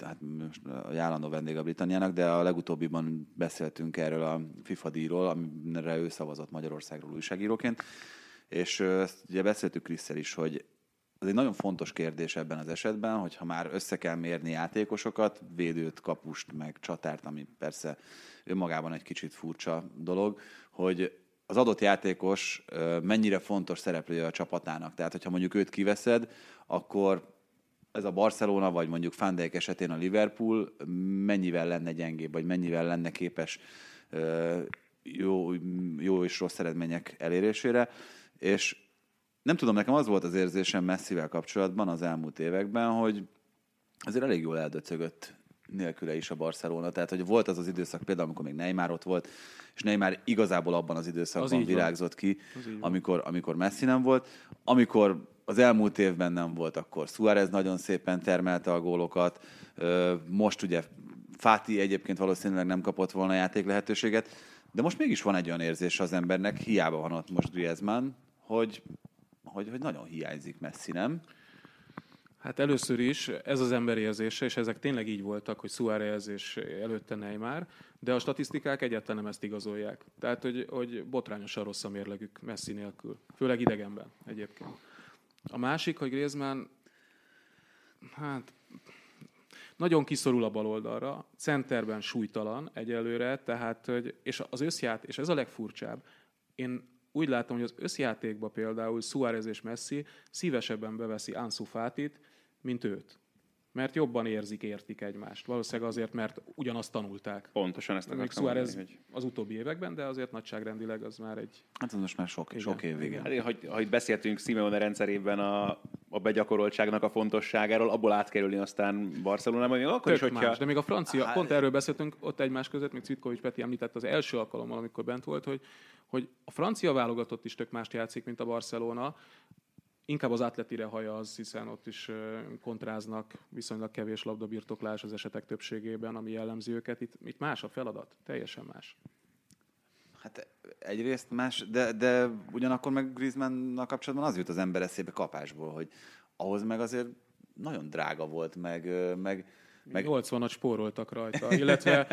a állandó vendég a Britanniának, de a legutóbbiban beszéltünk erről a FIFA díjról, amire ő szavazott Magyarországról újságíróként, és ezt ugye beszéltük Krisszel is, hogy ez egy nagyon fontos kérdés ebben az esetben, hogyha már össze kell mérni játékosokat, védőt, kapust, meg csatárt, ami persze önmagában egy kicsit furcsa dolog, hogy az adott játékos mennyire fontos szereplője a csapatának. Tehát, hogyha mondjuk őt kiveszed, akkor ez a Barcelona, vagy mondjuk Van Dijk esetén a Liverpool mennyivel lenne gyengébb, vagy mennyivel lenne képes jó és rossz eredmények elérésére. És nem tudom, nekem az volt az érzésem Messivel kapcsolatban az elmúlt években, hogy azért elég jól eldöcögött nélküle is a Barcelona. Tehát, hogy volt az időszak például, amikor még Neymar ott volt, és Neymar igazából abban az időszakban virágzott ki, amikor Messi nem volt. Amikor az elmúlt évben nem volt, akkor Suárez nagyon szépen termelte a gólokat. Most ugye Fati egyébként valószínűleg nem kapott volna játék lehetőséget, de most mégis van egy olyan érzés az embernek, hiába van ott most Griezmann, hogy nagyon hiányzik Messi, nem? Hát először is ez az ember érzése, és ezek tényleg így voltak, hogy Suárez és előtte Neymar, de a statisztikák egyáltalán nem ezt igazolják. Tehát, hogy botrányosan rossz a mérlegük Messi nélkül, főleg idegenben egyébként. A másik, hogy Griezmann nagyon kiszorul a bal oldalra, centerben súlytalan egyelőre, tehát, és az összját, és ez a legfurcsább, én úgy látom, hogy az összjátékban például Suárez és Messi szívesebben beveszi Ansu Fatit, mint őt. Mert jobban értik egymást. Valószínűleg azért, mert ugyanazt tanulták. Pontosan ezt akartam mondani, hogy az utóbbi években, de azért nagyságrendileg az már egy... Hát az most már sok év végén. Hát, ha itt beszéltünk Simeone rendszerében a begyakoroltságnak a fontosságáról, abból átkerülni aztán Barcelonában, akkor is, hogyha... Más, de még a francia, pont erről beszéltünk ott egymás között, még Cvitkovics Peti említett az első alkalommal, amikor bent volt, hogy a francia válogatott is tök mást játszik, mint a Barcelona. Inkább az Atletire haja az, hiszen ott is kontráznak, viszonylag kevés labdabirtoklás az esetek többségében, ami jellemzi őket. Itt más a feladat, teljesen más. Hát egyrészt más, de ugyanakkor meg Griezmannnal kapcsolatban az jut az ember eszébe kapásból, hogy ahhoz meg azért nagyon drága volt, meg 80-at spóroltak rajta, illetve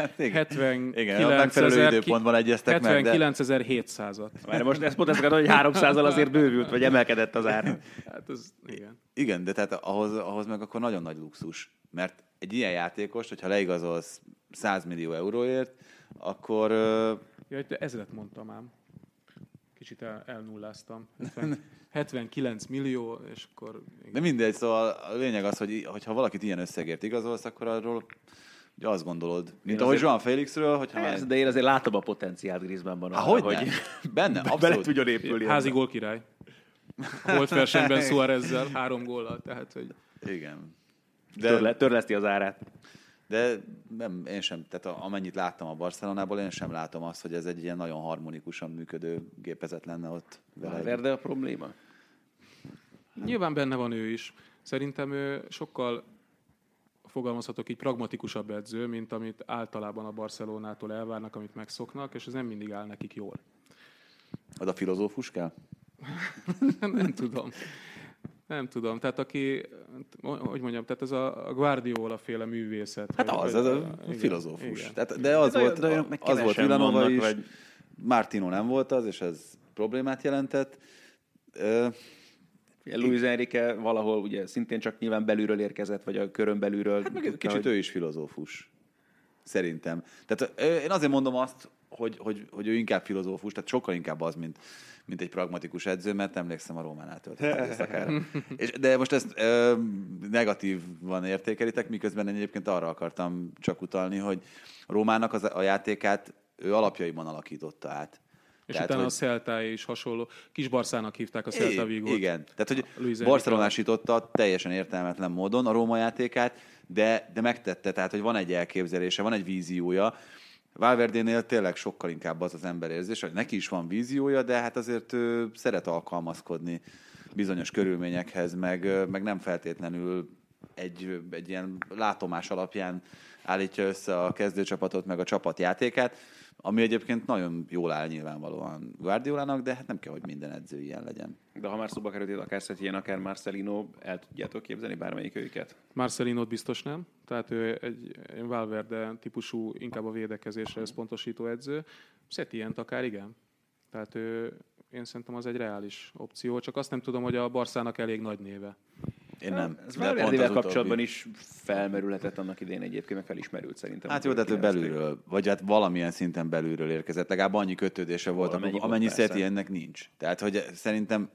79.700-at. Már most ezt mondtad, hogy 300-al azért bővült, vagy emelkedett az ár. Hát ez, igen. Igen, de tehát ahhoz meg akkor nagyon nagy luxus, mert egy ilyen játékos, hogyha leigazolsz 100 millió euróért, akkor... Ja, de ezret mondtam ám. Kicsit elnulláztam. 79 millió, és akkor... Igen. De mindegy, szóval a lényeg az, hogy ha valakit ilyen összegért igazolsz, akkor arról ugye azt gondolod, mint ahogy João Félixről, hogyha... De én azért látom a potenciált Griezmannban. Hogy benne, abszolút. Bele tudjon épülni. Házi gólkirály. A volt versenyben Suárezzel 3 góllal, tehát hogy... Igen. Törleszti az árát. De nem, én sem, tehát amennyit láttam a Barcelonából, én sem látom azt, hogy ez egy ilyen nagyon harmonikusan működő gépezet lenne ott. Valverde a probléma? Nyilván benne van ő is. Szerintem ő sokkal, fogalmazhatok így, pragmatikusabb edző, mint amit általában a Barcelonától elvárnak, amit megszoknak, és ez nem mindig áll nekik jól. Az a filozófus kell? Nem tudom. Tehát aki, hogy mondjam, tehát ez a Guardiola féle művészet. Hát az a filozófus. Tehát, de az volt Vilanova is, vagy... Martino nem volt az, és ez problémát jelentett. Luis Enrique valahol ugye szintén csak nyilván belülről érkezett, vagy a körön belülről. Hát meg kicsit ő is filozófus. Szerintem. Tehát én azért mondom azt, hogy ő inkább filozófus, tehát sokkal inkább az, mint egy pragmatikus edző, mert emlékszem a Rómánál töltött éjszakára. De most ezt negatívan értékelitek, miközben én egyébként arra akartam csak utalni, hogy Rómának a játékát ő alapjaiban alakította át. És tehát, utána a Celtáé is hasonló. Kisbarszának hívták a Celta Vigót. Igen. Tehát, hogy barcelonásította teljesen értelmetlen módon a Róma játékát, de megtette, tehát, hogy van egy elképzelése, van egy víziója. Valverdénél tényleg sokkal inkább az emberérzés, hogy neki is van víziója, de hát azért szeret alkalmazkodni bizonyos körülményekhez, meg nem feltétlenül egy ilyen látomás alapján állítja össze a kezdőcsapatot, meg a csapatjátékát, ami egyébként nagyon jól áll nyilvánvalóan Guardiolának, de hát nem kell, hogy minden edző ilyen legyen. De ha már szóba került, akár Setien, akár Marcelino, el tudjátok képzelni bármelyik őket? Marcelinót biztos nem. Tehát ő egy Valverde típusú, inkább a védekezésre összpontosító edző. Setient akár igen. Tehát én szerintem az egy reális opció, csak azt nem tudom, hogy a Barszának elég nagy néve. Én nem. Ez Valverdével kapcsolatban is felmerülhetett annak idején egyébként, meg felismerült szerintem. Hát jó, de ő belülről, vagy hát valamilyen szinten belülről érkezett. Legalább annyi kötődése volt, amennyi Setiennek nincs. Tehát, hogy szerintem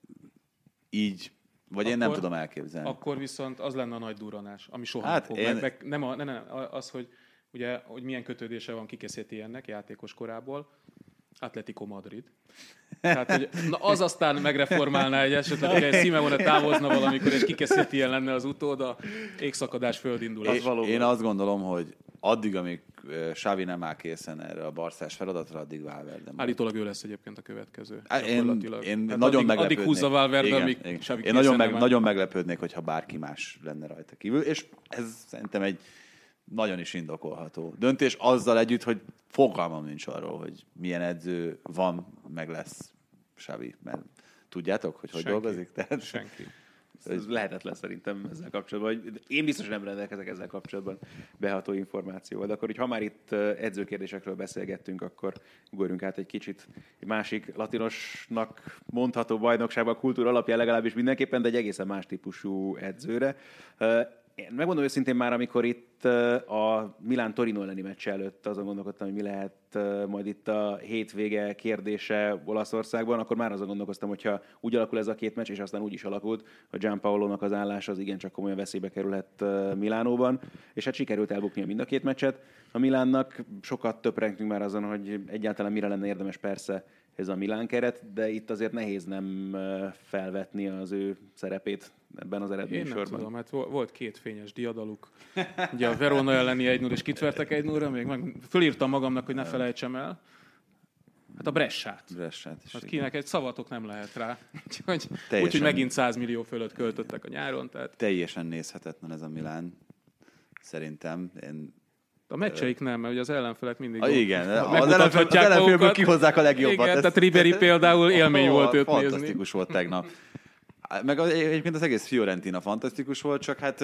így, vagy én nem tudom elképzelni. Akkor viszont az lenne a nagy durranás, ami soha nem fog. Nem az, hogy ugye, hogy milyen kötődése van Kike Setiennek játékos korából, Atletico Madrid. Tehát, hogy az aztán megreformálná esetleg, hogy egy Simeone távozna valamikor, és Kike Setien lenne az utóda, égszakadás, földindulás. Én azt gondolom, hogy addig, amíg Xavi nem áll készen erre a barszás feladatra, addig Valverde. Állítólag ő lesz egyébként a következő. Én nagyon meglepődnék. Addig húzza Valverde, amíg Xavi én nagyon meglepődnék, hogyha bárki más lenne rajta kívül, és ez szerintem egy nagyon is indokolható döntés, azzal együtt, hogy fogalmam nincs arról, hogy milyen edző van, meg lesz Xavi, mert tudjátok, hogy dolgozik? Tehát, senki. Ez lehetetlen szerintem ezzel kapcsolatban. Én biztos nem rendelkezek ezzel kapcsolatban beható információval. De akkor, hogy ha már itt edzőkérdésekről beszélgettünk, akkor ugorjunk át egy kicsit egy másik latinosnak mondható bajnokságban, a kultúra alapján legalábbis mindenképpen, de egy egészen más típusú edzőre. Én megmondom őszintén már, amikor itt a Milán-Torino elleni meccs előtt azon gondolkodtam, hogy mi lehet majd itt a hétvége kérdése Olaszországban, akkor már azon gondolkoztam, hogyha úgy alakul ez a két meccs, és aztán úgy is alakult, hogy Gianpaolónak az állása az igencsak komolyan veszélybe kerülhet Milánóban, és hát sikerült elbuknia mind a két meccset. A Milánnak sokat töprengtünk már azon, hogy egyáltalán mire lenne érdemes persze ez a Milán keret, de itt azért nehéz nem felvetni az ő szerepét ebben az eredménysorban. Én nem tudom, hát volt két fényes diadaluk. Ugye a Verona elleni 1-0, és kitvertek 1-0-ra, még fölírtam magamnak, hogy ne felejtsem el. Hát a Bressát. Hát kinek egy szavatok nem lehet rá. Úgyhogy megint 100 millió fölött költöttek a nyáron. Tehát... Teljesen nézhetetlen ez a Milán. Szerintem. A meccseik nem, mert ugye az ellenfelek mindig igen, az ellenfélből kihozzák a legjobbat. Igen, tehát Ribéry például élmény volt őt nézni. Fantasztikus volt tegnap. Meg egyébként az egész Fiorentina fantasztikus volt, csak hát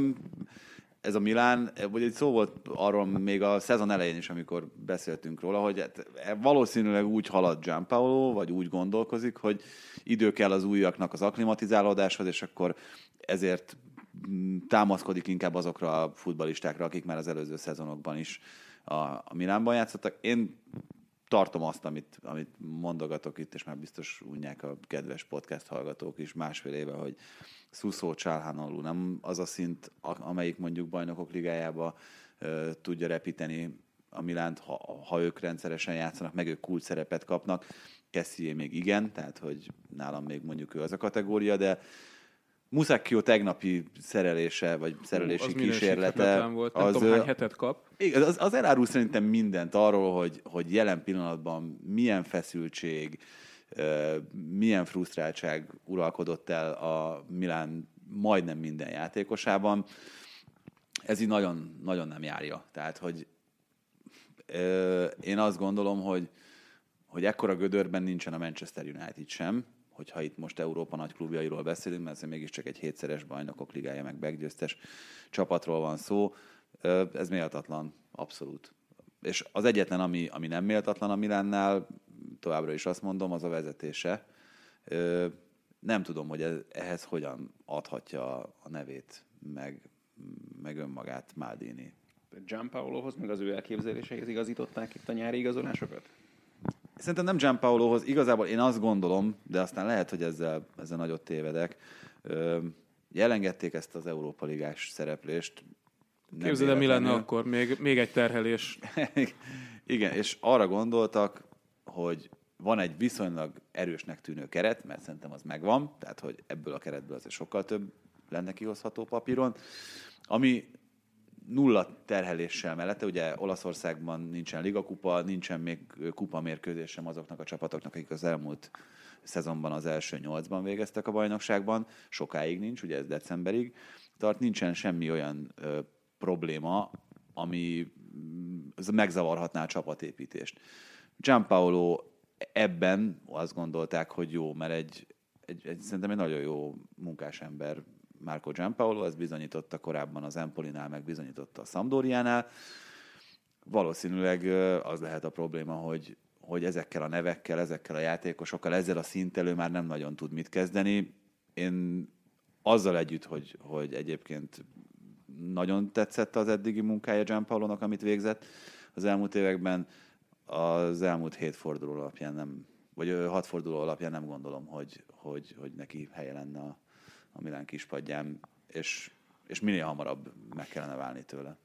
ez a Milán, ugye szó volt arról még a szezon elején is, amikor beszéltünk róla, hogy hát valószínűleg úgy halad Gianpaolo, vagy úgy gondolkozik, hogy idő kell az újaknak az akklimatizálódáshoz, és akkor ezért támaszkodik inkább azokra a futballistákra, akik már az előző szezonokban is a Milánban játszottak. Én tartom azt, amit mondogatok itt, és már biztos unják a kedves podcast hallgatók is másfél éve, hogy Suso Çalhanoğlu nem az a szint, amelyik mondjuk Bajnokok Ligájába tudja repíteni a Milánt, ha ők rendszeresen játszanak, meg ők kult szerepet kapnak. Kessié még igen, tehát hogy nálam még mondjuk ő az a kategória, de Musacchio tegnapi szerelése, vagy szerelési kísérlete. Volt. Nem tudom, hány hetet kap. Az elárul szerintem mindent arról, hogy jelen pillanatban milyen feszültség, milyen frusztráltság uralkodott el a Milán majdnem minden játékosában. Ez így nagyon, nagyon nem járja. Tehát, hogy én azt gondolom, hogy ekkora gödörben nincsen a Manchester United sem, hogyha itt most Európa nagy klubjairól beszélünk, mert ez mégiscsak egy 7-szeres bajnokok ligája, meg meggyőztes csapatról van szó. Ez méltatlan, abszolút. És az egyetlen, ami nem méltatlan a Milánnál, továbbra is azt mondom, az a vezetése. Nem tudom, hogy ehhez hogyan adhatja a nevét, meg önmagát Maldini. Gianpaolohoz, meg az ő elképzeléseihez igazították itt a nyári igazolásokat? Szerintem nem Gianpaolohoz. Igazából én azt gondolom, de aztán lehet, hogy ezzel nagyot tévedek. Elengedték ezt az Európa Ligás szereplést. Képzeld el, mi lenne akkor? Még egy terhelés. Igen, és arra gondoltak, hogy van egy viszonylag erősnek tűnő keret, mert szerintem az megvan, tehát hogy ebből a keretből azért sokkal több lenne kihozható papíron, ami nulla terheléssel mellette, ugye Olaszországban nincsen ligakupa, nincsen még kupamérkőzés sem azoknak a csapatoknak, akik az elmúlt szezonban az első 8-ban végeztek a bajnokságban, sokáig nincs, ugye ez decemberig tart, nincsen semmi olyan probléma, ami megzavarhatná a csapatépítést. Gianpaolo ebben azt gondolták, hogy jó, mert szerintem egy nagyon jó munkásember Marco Gianpaolo, ez bizonyította korábban az Empolinál, meg bizonyította a Sampdoriánál. Valószínűleg az lehet a probléma, hogy ezekkel a nevekkel, ezekkel a játékosokkal, ezzel a szinttel már nem nagyon tud mit kezdeni. Én azzal együtt, hogy egyébként nagyon tetszett az eddigi munkája Gianpaolónak, amit végzett az elmúlt években, az elmúlt 7 forduló alapján nem, vagy 6 forduló alapján nem gondolom, hogy neki helye lenne a Milán kispadján, és minél hamarabb meg kellene válni tőle.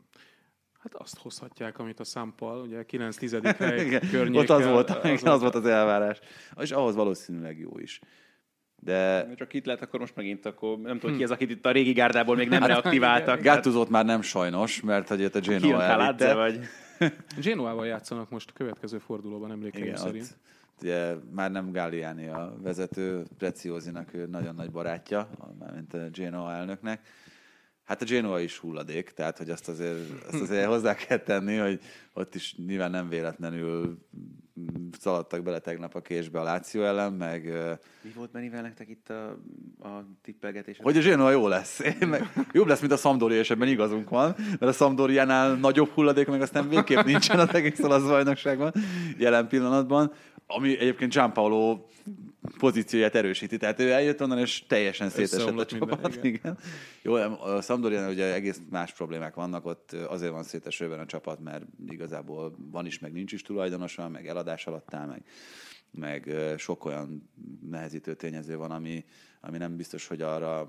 Hát azt hozhatják, amit a Sampal, ugye 9-10. hely környéken. Ott az volt az elvárás. És ahhoz valószínűleg jó is. De... Csak itt lehet, akkor most megint nem tudom, ki ez, akit itt a régi gárdából még nem reaktiváltak. Gattusót már nem sajnos, mert hogy a Genoa elvitte. Vagy... Genoával játszanak most a következő fordulóban, emlékeim szerint. Ugye már nem Galliani a vezető, Preziosi-nak ő nagyon nagy barátja, mint a Genoa elnöknek. Hát a Genoa is hulladék, tehát hogy azt azért hozzá kell tenni, hogy ott is nyilván nem véletlenül szaladtak bele tegnap a késbe a Lazio ellen, meg... Mi volt mennyivel nektek itt a tippelgetés? Hogy a Genoa jó lesz. Jobb lesz, mint a Sampdoria, és ebben igazunk van, mert a Sampdoriánál nagyobb hulladék, meg aztán végképp nincsen az egész olasz bajnokságban jelen pillanatban, ami egyébként Gianpaolo pozícióját erősíti. Tehát ő eljött onnan, és teljesen szétesett a csapat. Igen. Jó, a Sampdoriánál ugye egész más problémák vannak, ott azért van szétesőben a csapat, mert igazából van is, meg nincs is tulajdonosa, meg eladás alatt áll, meg sok olyan nehezítő tényező van, ami nem biztos, hogy arra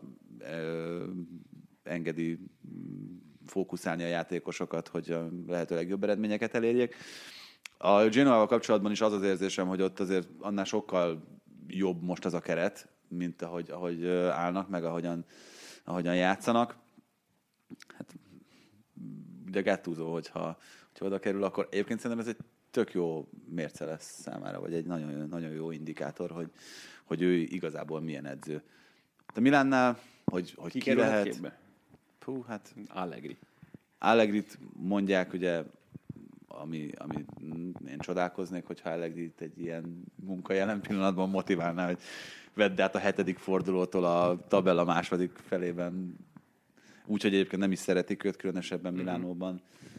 engedi fókuszálni a játékosokat, hogy a lehető legjobb eredményeket elérjék. A Genoával kapcsolatban is az érzésem, hogy ott azért annál sokkal jobb most az a keret, mint ahogy állnak, meg ahogyan játszanak. Hát, ugye Gattuso, hogyha oda kerül, akkor egyébként szerintem ez egy tök jó mérce lesz számára, vagy egy nagyon, nagyon jó indikátor, hogy ő igazából milyen edző. De Milánnál, hogy ki lehet... Képbe? Hú, hát... Allegrit mondják, ugye, ami én csodálkoznék, hogyha Allegrit egy ilyen munka jelen pillanatban motiválná, hogy vedd át a 7. fordulótól a tabella második felében, úgyhogy egyébként nem is szeretik őt, különösebben Milánóban.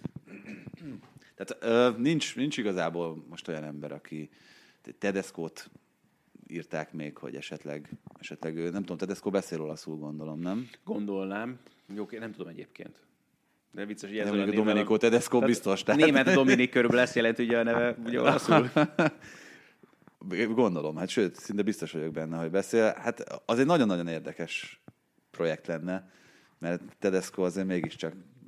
Tehát nincs igazából most olyan ember, aki Tedescót írták még, hogy esetleg ő, nem tudom, Tedesco beszél olaszul, gondolom, nem? Gondolnám. Jó, nem tudom egyébként. De vicces, hogy ez a Domenico Tedesco biztos. Német Dominik körülbelül ezt jelenti, ugye a neve, ugye olaszul. Gondolom, hát sőt, szinte biztos vagyok benne, hogy beszél. Hát az egy nagyon-nagyon érdekes projekt lenne, mert Tedesco azért mégiscsak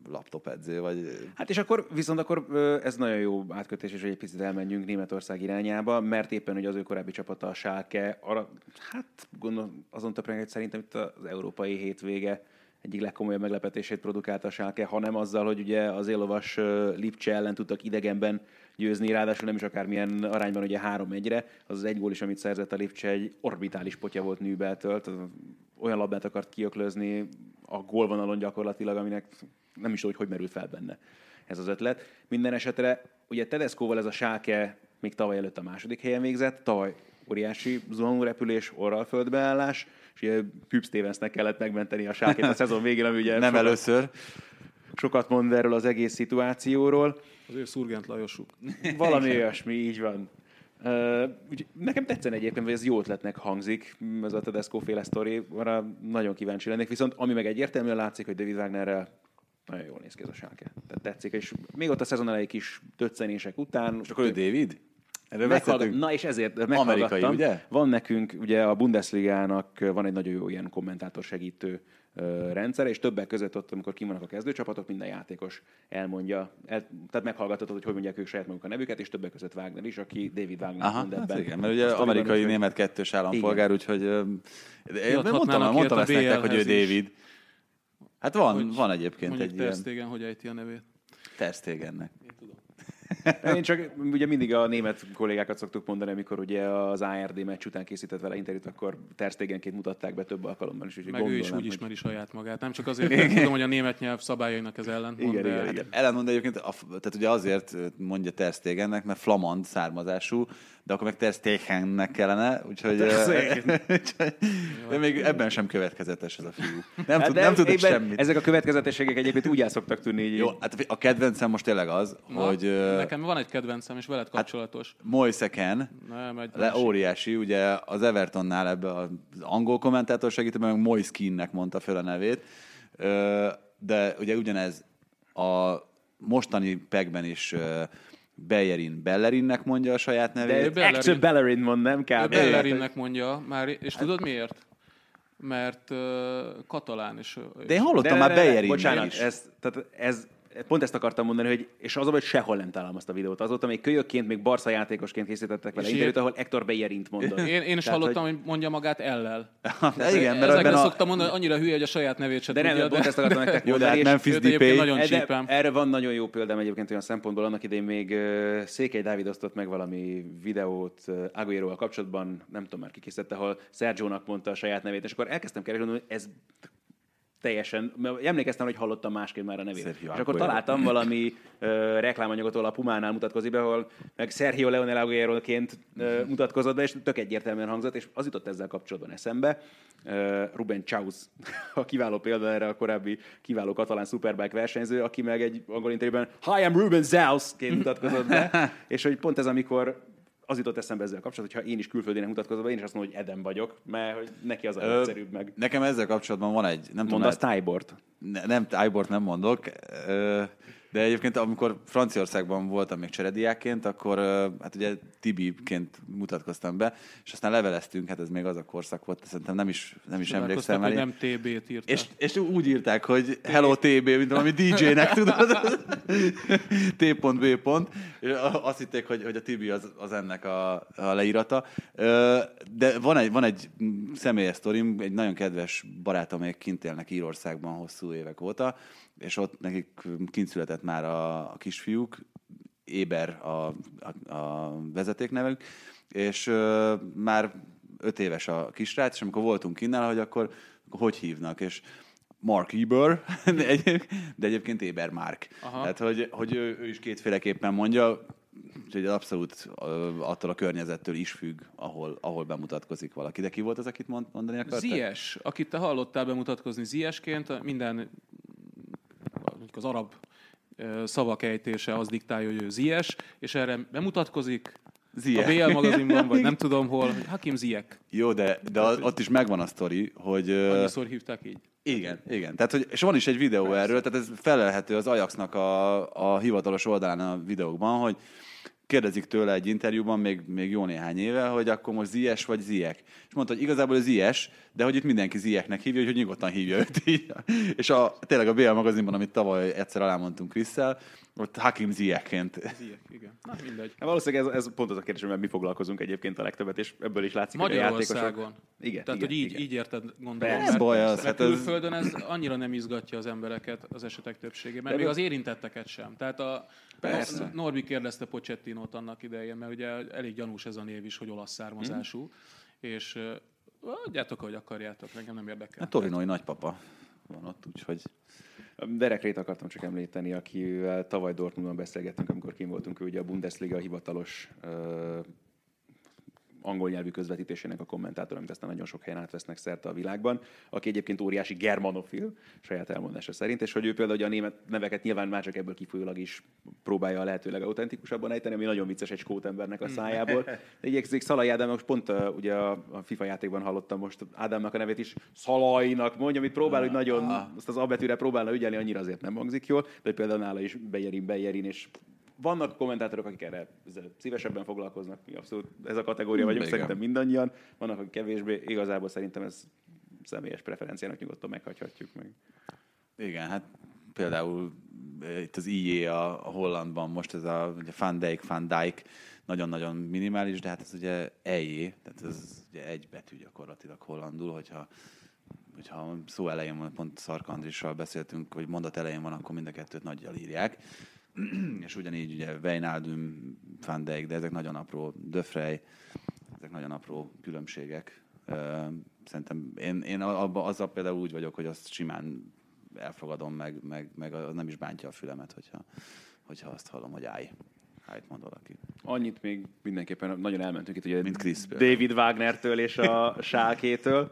laptopedző, vagy... Hát és akkor, viszont akkor ez nagyon jó átkötés, és egy picit elmenjünk Németország irányába, mert éppen hogy az ő korábbi csapata, a Schalke, arra, hát gondolom, azon töprengek, hogy szerintem itt az európai hétvége egyik legkomolyabb meglepetését produkálta a Schalke, hanem azzal, hogy ugye az éllovas Lipcse ellen tudtak idegenben győzni, ráadásul nem is akármilyen arányban, ugye 3-1-re, az egy gól is, amit szerzett a Lipcse, egy orbitális potya volt Nübeltől, olyan labdát akart kiöklözni a gólvonalon gyakorlatilag, aminek nem is tudom, hogy merült fel benne ez az ötlet. Minden esetre, ugye Tedescóval ez a Schalke még tavaly előtt a második helyen végzett, tavaly óriási zuhanórepülés, orralföldbeállás, és ugye Hüb Stevensnek kellett megmenteni a Schalkét a szezon végén, ami ugye nem először. Sokat mond erről az egész szituációról. Az ő Szurgent Lajosuk. Valami olyasmi, így van. Nekem tetszene egyébként, hogy ez jó ötletnek hangzik, ez a Tedesco-féle sztori, arra nagyon kíváncsi lennék, viszont ami meg egyértelműen látszik, hogy David Wagnerrel nagyon jól néz ki ez a Schalke. Tehát tetszik, és még ott a szezon elejé kis döccenések után... És akkor ő David? Na és ezért meghallgattam. Amerikai, ugye? Van nekünk, ugye a Bundesligának van egy nagyon jó ilyen kommentátor segítő rendszer, és többek között ott, amikor kivannak a kezdőcsapatok, minden játékos elmondja, tehát meghallgathatod, hogy mondják ők saját maguk a nevüket, és többek között Wagner is, aki David Wagner mond ebben. Hát igen, mert ugye amerikai német kettős állampolgár, úgyhogy mondtam ezt nektek, hogy ő David. Hát van egyébként egy Ter Stegen, hogy ejti a nevét? Ter Stegennek. Én csak ugye mindig a német kollégákat szoktuk mondani, amikor ugye az ARD meccs után készített vele interjút, akkor Ter Stegenként mutatták be több alkalommal is. Meg ő is úgy ismeri saját magát. Nem csak azért, hogy tudom, hogy a német nyelv szabályainak ez ellentmond. Igen. Ellentmond egyébként, tehát ugye azért mondja Ter Stegennek, mert flamand származású, de akkor meg Ter Stegennek kellene, úgyhogy még ebben sem következetes ez a fiú. Nem tudok semmit. Ezek a következetességek egyébként úgy el szoktak tűnni. Jó, hát a kedvencem most tényleg az, hogy... Nekem van egy kedvencem, és veled kapcsolatos. Hát Moiseken, óriási, ugye az Evertonnál ebbe az angol kommentátor segítőben, meg Moiskinnek mondta föl a nevét, de ugye ugyanez a mostani pegben is Bellerinnek mondja a saját nevét. De actually Bellerin mond, nem kell. Bellerinnek mondja, már, és tudod miért? Mert katalán is. De én hallottam már Bellerinnek is. Pont ezt akartam mondani, hogy és az, hogy sehol nem találom azt a videót. Azóta még kölyökként, még Barca játékosként készítettek vele interjút, ahol Hector Bellerint mondott. Én is hallottam, hogy mondja magát ellel. Igen, mert ezekben szoktam mondani, hogy annyira hülye, hogy a saját nevét se tudja. De pont ezt akartam nektek mondani. Memphis Depay. Erre van nagyon jó példám egyébként olyan szempontból. Annak idején még Székely Dávid osztott meg valami videót Agüeróval kapcsolatban, nem tudom már ki készítette, ahol Sergio-nak mondta a saját nevét, és akkor elkezdtem keresni, hogy ez teljesen, emlékeztem, hogy hallottam másként már a nevét. Sergio és akkor találtam valami reklámanyagot, ahol a Pumánál mutatkozik be, ahol meg Sergio Leonel Agüeróként mutatkozott be, és tök egyértelműen hangzott, és az jutott ezzel kapcsolatban eszembe. Ruben Chaus, a kiváló példa erre, a korábbi kiváló katalán Superbike versenyző, aki meg egy angol interjúban Hi, I'm Ruben Zausként mutatkozott be, és hogy pont ez, amikor az jutott eszembe ezzel kapcsolatban, hogyha én is külföldinek mutatkozom be, én is azt mondom, hogy Eden vagyok, mert hogy neki az a legegyszerűbb meg. Nekem ezzel kapcsolatban van egy... Mondasz Tybort? Nem, Tybort nem mondok, de egyébként amikor Franciaországban voltam még cserediákként, akkor hát ugye Tibiként mutatkoztam be, és aztán leveleztünk, hát ez még az a korszak volt, szerintem nem is emlékszem már. Nem TB-t írták. És úgy írták, hogy Hello TB, mint valami DJ-nek, tudod? T.B. És azt hitték, hogy a Tibi az ennek a leírata. De van egy személyes sztorim, egy nagyon kedves barátom, még kint élnek Írországban hosszú évek óta, és ott nekik kint született már a kisfiúk, Éber a vezetéknevük, és már 5 éves a kisrác, és amikor voltunk innen, hogy akkor hogy hívnak, és Mark Eber, de egyébként Éber Mark. Aha. Tehát, hogy ő is kétféleképpen mondja, úgyhogy abszolút attól a környezettől is függ, ahol bemutatkozik valaki. De ki volt az, akit mondani akartál? Ziyech, akit te hallottál bemutatkozni Ziyechként, minden az arab szavak ejtése az diktálja, hogy ő Ziyech, és erre bemutatkozik Ziyech. A BL magazinban, vagy nem tudom hol, hogy Hakim Ziyech. Jó, de ott is megvan a sztori, hogy... Annyiszor hívták így. Igen. Tehát, és van is egy videó persze erről, tehát ez felelhető az Ajaxnak a hivatalos oldalán a videókban, hogy kérdezik tőle egy interjúban még jó néhány éve, hogy akkor most Ziyech vagy Ziyech. És mondta, hogy igazából az Ziyech, de hogy itt mindenki Ziyechnek hívja, hogy nyugodtan hívja őt így. És tényleg a BL magazinban, amit tavaly egyszer alámondtunk Krisszel, ott Hakim Ziyechként. Ziyech, igen. Na, mindegy. Valószínűleg ez pont az a kérdés, amivel mi foglalkozunk egyébként a legtöbbet, és ebből is látszik, hogy a Magyarországon. Igen. Tehát, igen, hogy igen. így érted, gondolom. Ez baj az. Mert Hát külföldön ez annyira nem izgatja az embereket az esetek többségében, még az érintetteket sem. Tehát Norbi kérdezte Pochettinót annak idején, mert ugye elég gyanús ez a név is, hogy olasz származású, és adjátok, ahogy akarjátok, engem nem érdekel. A torinói nagypapa van ott, úgyhogy... Derek Rayt akartam csak említeni, akivel tavaly Dortmundban beszélgettünk, amikor kim voltunk, ő ugye a Bundesliga hivatalos angol nyelvű közvetítésének a kommentátor, amit aztán nagyon sok helyen átvesznek szerte a világban, aki egyébként óriási germanofil, saját elmondása szerint, és hogy ő például a német neveket nyilván már csak ebből kifolyólag is próbálja a lehető legauthentikusabban ejteni, ami nagyon vicces egy skót embernek a szájából. De igyekszik Szalai Ádám, most pont ugye a FIFA játékban hallottam most Ádámnak a nevét is Szalainak mondja, amit próbál, hogy nagyon azt az A betűre próbálna ügyelni, annyira azért nem hangzik jól, de például nála is Bejerin, és vannak kommentátorok, akik ezzel szívesebben foglalkoznak, mi abszolút ez a kategória vagyunk, szerintem mindannyian. Vannak, akik kevésbé, igazából szerintem ez személyes preferenciának nyugodtan meghagyhatjuk meg. Igen, hát például itt az IE a Hollandban most ez a Van Dijk nagyon-nagyon minimális, de hát ez ugye EJ, tehát ez ugye egy betű gyakorlatilag hollandul, hogyha szó elején van, pont Szarka Andrissal beszéltünk, hogy mondat elején van, akkor mind a kettőt nagyjal írják. És ugyanígy ugye Wijnaldum, Van Dijk, de ezek nagyon apró, De Vrij, ezek nagyon apró különbségek. Szerintem én azzal például úgy vagyok, hogy azt simán elfogadom, meg nem is bántja a fülemet, hogyha azt hallom, hogy állj mond valaki. Annyit még mindenképpen nagyon elmentünk itt, ugye mint Chris David Wagnertől és a Schalkétől.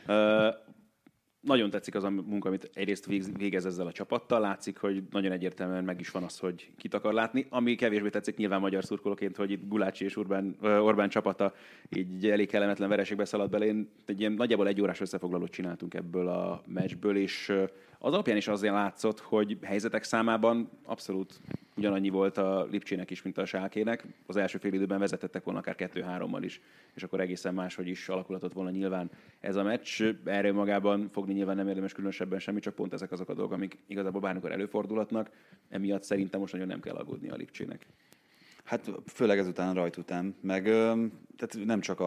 Nagyon tetszik az a munka, amit egyrészt végez ezzel a csapattal. Látszik, hogy nagyon egyértelműen meg is van az, hogy kit akar látni. Ami kevésbé tetszik nyilván magyar szurkolóként, hogy itt Gulácsi és Orbán csapata így elég kellemetlen vereségbe szaladt bele. Én egy ilyen nagyjából 1 órás összefoglalót csináltunk ebből a meccsből, és az alapján is azért látszott, hogy helyzetek számában abszolút ugyanannyi volt a Lipcsének is, mint a Schalkének. Az első fél időben vezetettek volna akár 2-3-mal is, és akkor egészen máshogy is alakulhatott volna nyilván ez a meccs. Erről magában fogni nyilván nem érdemes különösebben semmi, csak pont ezek azok a dolgok, amik igazából bármikor előfordulhatnak. Emiatt szerintem most nagyon nem kell aggódni a Lipcsének. Hát főleg ezután, rajt után, meg tehát nem csak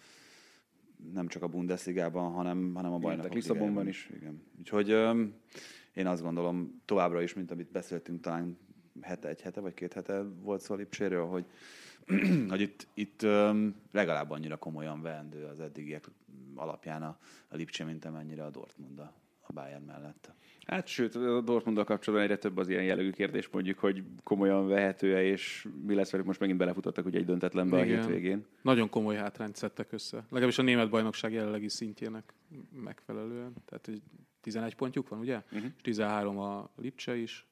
a Bundesligában, hanem a bajnokok Lisszabonban is. Igen. Úgyhogy én azt gondolom továbbra is, mint amit beszéltünk talán egy hete vagy 2 hete volt szó a Lipcséről, hogy itt legalább annyira komolyan veendő az eddigiek alapján a Lipcsé, mint amennyire a Dortmund a Bayern mellett. Hát sőt, a Dortmunddal kapcsolatban egyre több az ilyen jellegű kérdés, mondjuk, hogy komolyan vehető-e, és mi lesz velük, most megint belefutottak ugye egy döntetlenbe a hétvégén. Nagyon komoly hátrányt szedtek össze. Legalábbis a német bajnokság jelenlegi szintjének megfelelően. Tehát 11 pontjuk van, ugye? És 13 a Lipcse is.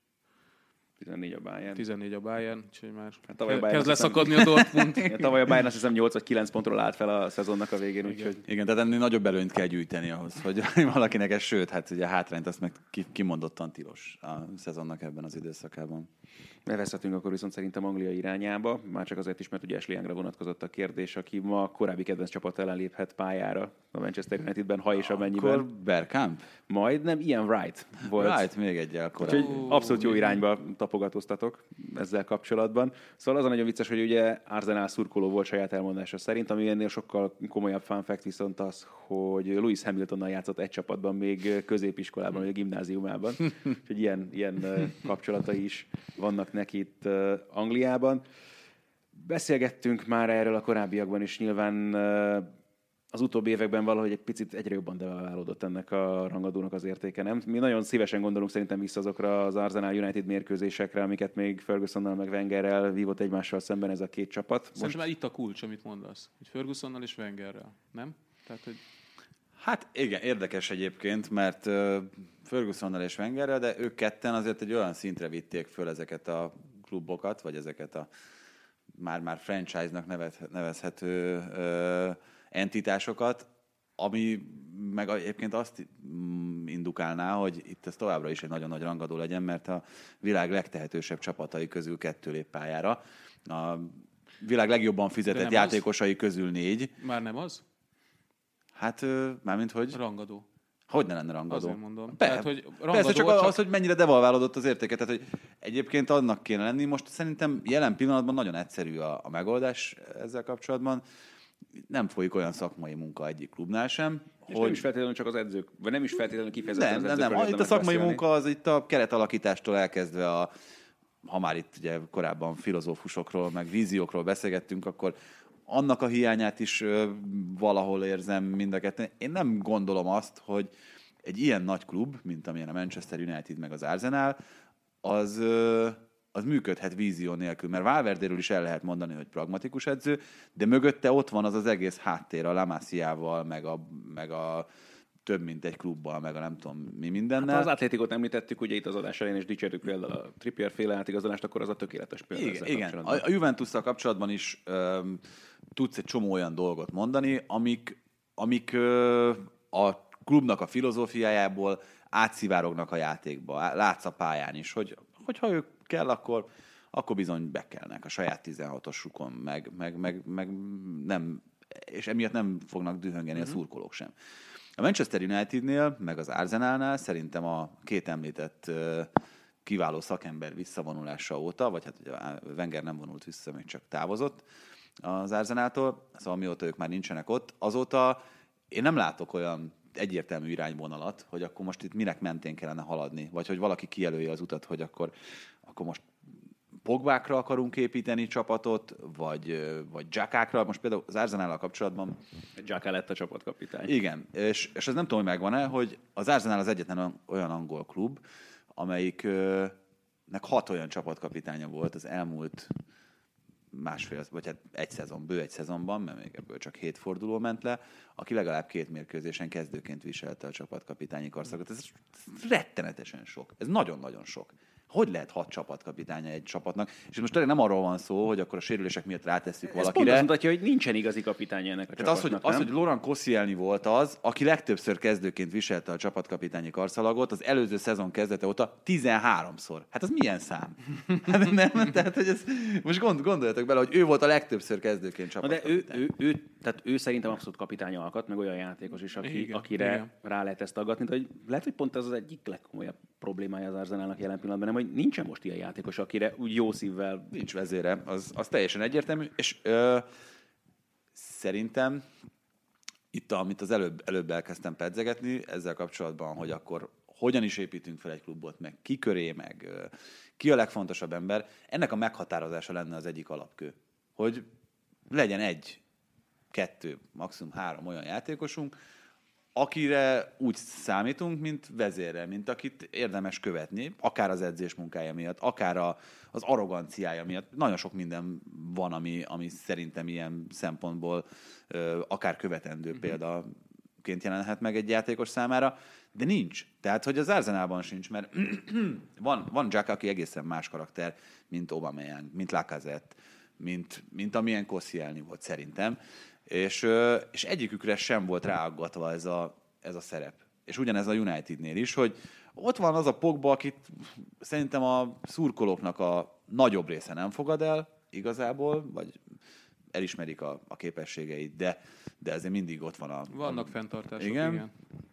14 a Bayern, úgyhogy már kezd leszakadni a Dortmund. Tavaly a Bayern azt hiszem 8 vagy 9 pontról állt fel a szezonnak a végén. Úgyhogy... Igen, tehát ennél nagyobb előnyt kell gyűjteni ahhoz, hogy valakinek ez, sőt, hát ugye a hátrányt azt meg kimondottan tilos a szezonnak ebben az időszakában. Nevezhetünk akkor viszont szerintem Anglia irányába, már csak azért is, mert ugye Ashley Youngra vonatkozott a kérdés, aki ma korábbi kedvenc csapat ellen léphet pályára a Manchester Unitedben, ha és amennyiben. Akkor Bergkamp? Majdnem, Ian Wright volt. Wright még egyel korábban. Úgyhogy abszolút jó irányba tapogatóztatok ezzel kapcsolatban. Szóval az a nagyon vicces, hogy ugye Arsenal szurkoló volt saját elmondása szerint, ami ennél sokkal komolyabb fun fact viszont az, hogy Lewis Hamiltonnal játszott egy csapatban még középiskolában, vagy a gimnáziumában. Úgyhogy ilyen kapcsolatai is vannak neki itt Angliában. Beszélgettünk már erről a korábbiakban is, nyilván az utóbbi években valahogy egy picit egyre jobban devalválódott ennek a rangadónak az értéke, nem? Mi nagyon szívesen gondolunk szerintem vissza azokra az Arsenal United mérkőzésekre, amiket még Fergusonnal meg Wengerrel vívott egymással szemben ez a két csapat. Szerintem már itt a kulcs, amit mondasz, hogy Fergusonnal és Wengerrel, nem? Tehát, hogy... Hát igen, érdekes egyébként, mert Fergusonnal és Wengerrel, de ők ketten azért egy olyan szintre vitték föl ezeket a klubokat, vagy ezeket a már franchise-nak nevezhető entitásokat, ami meg egyébként azt indukálná, hogy itt ez továbbra is egy nagyon nagy rangadó legyen, mert a világ legtehetősebb csapatai közül 2 lép pályára. világ legjobban fizetett játékosai közül 4. Már nem az? Hát, mármint hogy? Rangadó. Hogy ne lenne rangadó? Azért mondom. Tehát, hogy persze, csak az, hogy mennyire devalválódott az értéket. Tehát, hogy egyébként annak kéne lenni. Most szerintem jelen pillanatban nagyon egyszerű a megoldás ezzel kapcsolatban. Nem folyik olyan szakmai munka egyik klubnál sem. És nem is feltétlenül csak az edzők, vagy nem is feltétlenül kifejezetten az edzők. Nem. Itt a szakmai munka az itt a keretalakítástól elkezdve ha már itt ugye korábban filozófusokról, meg víziókról beszélgettünk, akkor annak a hiányát is valahol érzem mind a ketten. Én nem gondolom azt, hogy egy ilyen nagy klub, mint amilyen a Manchester United meg az Arsenal, az működhet vízió nélkül, mert Valverdéről is el lehet mondani, hogy pragmatikus edző, de mögötte ott van az egész háttér a La Masiával, meg a több mint egy klubbal, meg a nem tudom mi mindennel. Hát az Atlétikot említettük, ugye itt az adás elején, és dicsértük például a Trippier féle átigazolást, akkor az a tökéletes példa. Igen. A Juventusszal kapcsolatban is tudsz egy csomó olyan dolgot mondani, amik a klubnak a filozófiájából átszivárognak a játékba. Látsz a pályán is, hogyha ők kell, akkor bizony bekelnek a saját 16-osukon, meg nem, és emiatt nem fognak dühöngeni a szurkolók sem. A Manchester Unitednél, meg az Arsenalnál szerintem a két említett kiváló szakember visszavonulása óta, vagy hát ugye Wenger nem vonult vissza, még csak távozott az Arsenaltól, szóval mióta ők már nincsenek ott, azóta én nem látok olyan egyértelmű irányvonalat, hogy akkor most itt minek mentén kellene haladni, vagy hogy valaki kijelölje az utat, hogy akkor most Pogbákra akarunk építeni csapatot, vagy Xhakákra. Most például az Arsenal-al kapcsolatban... Xhaka lett a csapatkapitány. Igen, és ez nem tudom, hogy megvan-e, hogy az Arsenal az egyetlen olyan angol klub, amelyiknek 6 olyan csapatkapitánya volt az elmúlt bő egy szezonban, mert még ebből csak 7 forduló ment le, aki legalább 2 mérkőzésen kezdőként viselte a csapatkapitányi karszakot. Ez rettenetesen sok. Ez nagyon-nagyon sok. Hogy lehet 6 csapatkapitánya egy csapatnak? És most tényleg nem arról van szó, hogy akkor a sérülések miatt rátesszük valakire. Ez pont azt mutatja, hogy nincsen igazi kapitánya ennek a csapatnak. Az, hogy Laurent Koscielny volt az, aki legtöbbször kezdőként viselte a csapatkapitányi karszalagot, az előző szezon kezdete óta 13-szor. Hát az milyen szám? Hát nem, tehát, hogy ez, most gondoljatok bele, hogy ő volt a legtöbbször kezdőként csapatkapitány. De tehát ő szerintem abszolút kapitány alkat, meg olyan játékos is, akire rá lehet ezt aggatni. Hogy lehet, hogy pont ez az egyik legkomolyabb problémája az Arsenalnak jelen pillanatban, nem, hogy nincsen most ilyen játékos, akire úgy jó szívvel... Nincs vezére, az teljesen egyértelmű, és szerintem itt, amit az előbb elkezdtem pedzegetni, ezzel kapcsolatban, hogy akkor hogyan is építünk fel egy klubot, meg ki köré, meg ki a legfontosabb ember, ennek a meghatározása lenne az egyik alapkő. Hogy legyen 1, 2, maximum 3 olyan játékosunk, akire úgy számítunk, mint vezérre, mint akit érdemes követni, akár az edzés munkája miatt, akár az arroganciája miatt. Nagyon sok minden van, ami szerintem ilyen szempontból akár követendő példaként jelenhet meg egy játékos számára, de nincs. Tehát, hogy az Arsenalban sincs, mert van Xhaka, aki egészen más karakter, mint Aubameyang, mint Lacazette, mint amilyen Koscielny volt szerintem. És egyikükre sem volt ráaggatva ez a szerep. És ugyanez a Unitednél is, hogy ott van az a Pogba, akit szerintem a szurkolóknak a nagyobb része nem fogad el igazából, vagy elismerik a képességeit, de ezért mindig ott van vannak fenntartások, igen.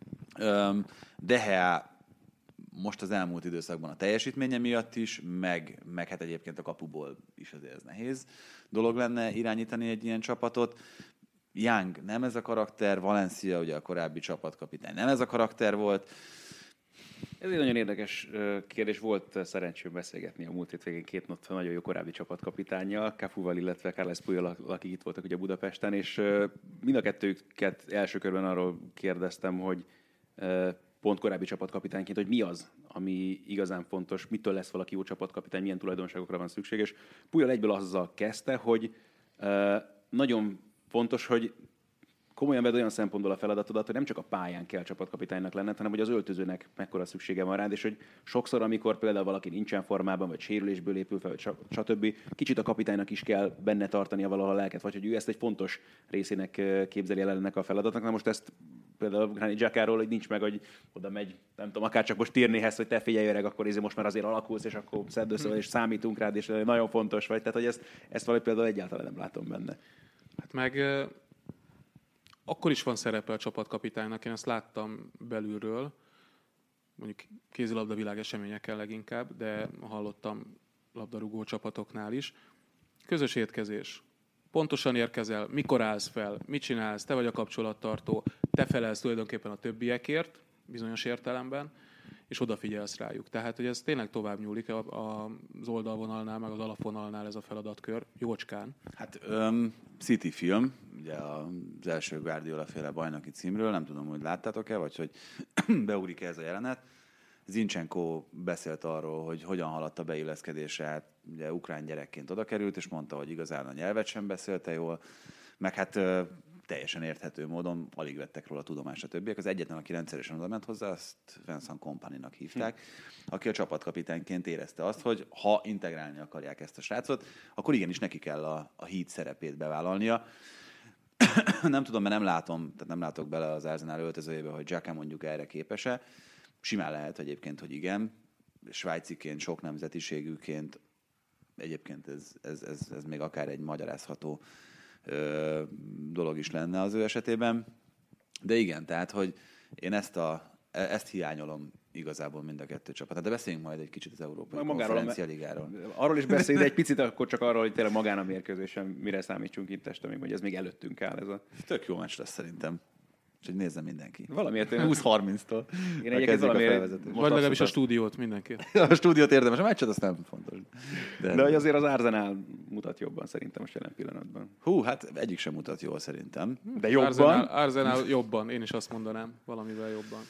De Gea most az elmúlt időszakban a teljesítménye miatt is, meg hát egyébként a kapuból is azért ez nehéz dolog lenne irányítani egy ilyen csapatot. Young nem ez a karakter, Valencia ugye a korábbi csapatkapitány nem ez a karakter volt. Ez egy nagyon érdekes kérdés. Volt szerencsém beszélgetni a múlt hétvégén 2 nagyon jó korábbi csapatkapitánnyal, Cafuval, illetve Carles Puyol, akik itt voltak ugye Budapesten, és mind a kettőket első körben arról kérdeztem, hogy pont korábbi csapatkapitányként, hogy mi az, ami igazán fontos, mitől lesz valaki jó csapatkapitány, milyen tulajdonságokra van szükséges. Puyol egyből azzal kezdte, hogy nagyon fontos, hogy komolyan vedd olyan szempontból a feladatodat, hogy nem csak a pályán kell csapatkapitánynak lenned, hanem hogy az öltözőnek mekkora szüksége van rád, és hogy sokszor, amikor például valaki nincsen formában, vagy sérülésből épül fel, vagy stb., kicsit a kapitánynak is kell benne tartania valahol a lelket, vagy hogy ő ezt egy fontos részének képzeli el ennek a feladatnak. Na most ezt például Granit Xhakáról, hogy nincs meg, hogy oda megy, nem tudom, akár csak most Tierneyhez, hogy te figyelj öreg, akkor most már azért alakulsz, és akkor szedd össze, és számítunk rád, és nagyon fontos vagy. Tehát, hogy ezt valahogy például egyáltalán nem látom benne. Hát meg akkor is van szerepe a csapatkapitánynak, én ezt láttam belülről, mondjuk kézilabda világeseményekkel leginkább, de hallottam labdarúgó csapatoknál is. Közös étkezés. Pontosan érkezel, mikor állsz fel, mit csinálsz, te vagy a kapcsolattartó, te felelsz tulajdonképpen a többiekért, bizonyos értelemben, és odafigyelsz rájuk. Tehát, hogy ez tényleg tovább nyúlik az oldalvonalnál, meg az alapvonalnál ez a feladatkör, jócskán. Hát City film, ugye az első Guardiola-féle bajnoki címről, nem tudom, hogy láttátok-e, vagy hogy beugrik ez a jelenet. Zinchenko beszélt arról, hogy hogyan haladt a beilleszkedése, hát ugye ukrán gyerekként oda került, és mondta, hogy igazán a nyelvet sem beszélte jól, meg hát teljesen érthető módon alig vettek róla tudomást a többiek. Az egyetlen, aki rendszeresen oda ment hozzá, azt Vincent Kompanynak hívták, aki a csapatkapitányként érezte azt, hogy ha integrálni akarják ezt a srácot, akkor igenis neki kell a híd szerepét bevállalnia. Nem tudom, mert nem látok bele az Arsenal öltözőjébe, hogy Xhaka mondjuk erre képes-e. Simán lehet egyébként, hogy igen. Svájciként, sok nemzetiségűként egyébként ez még akár egy magyarázható dolog is lenne az ő esetében. De igen, tehát, hogy én ezt hiányolom igazából mind a kettő csapat. De beszéljünk majd egy kicsit az Európai Konferencia Ligáról. Arról is beszéljünk, de egy picit akkor csak arról, hogy tényleg magán a mérkőzésen mire számítsunk itt este, még, hogy ez még előttünk áll. Ez a... Tök jó meccs lesz szerintem. Úgyhogy nézze mindenki. Valamiért 20-30-tól. Én egyébként valamiért... Vagy legalábbis a stúdiót mindenki. A stúdiót érdemes, a meccset azt nem fontos. De hogy azért az Arsenal mutat jobban szerintem most jelen pillanatban. Hát egyik sem mutat jól szerintem. De jobban? Arsenal jobban, én is azt mondanám, valamivel jobban.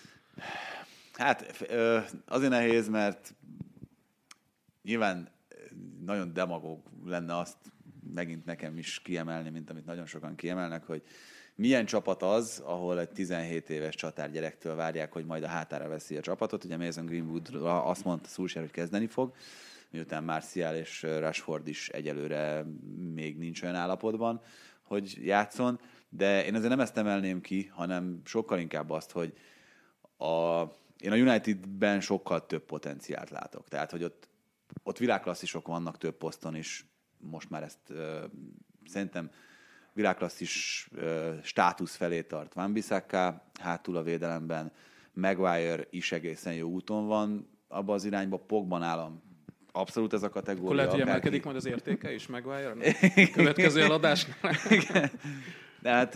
Hát azért nehéz, mert nyilván nagyon demagóg lenne azt megint nekem is kiemelni, mint amit nagyon sokan kiemelnek, hogy milyen csapat az, ahol egy 17 éves csatárgyerektől várják, hogy majd a hátára veszi a csapatot. Ugye Mason Greenwoodra azt mondta Solskjaer, hogy kezdeni fog, miután Martial és Rashford is egyelőre még nincs olyan állapotban, hogy játszon. De én azért nem ezt emelném ki, hanem sokkal inkább azt, hogy én a Unitedben sokkal több potenciált látok. Tehát, hogy ott világklasszisok vannak több poszton is. Most már ezt szerintem világklasszis státusz felé tart Wan-Bissaka, hátul a védelemben Maguire is egészen jó úton van, abba az irányba Pogba nálam abszolút ez a kategória. Akkor lehet, hogy emelkedik majd az értéke is Maguire? Következő eladásnál. De hát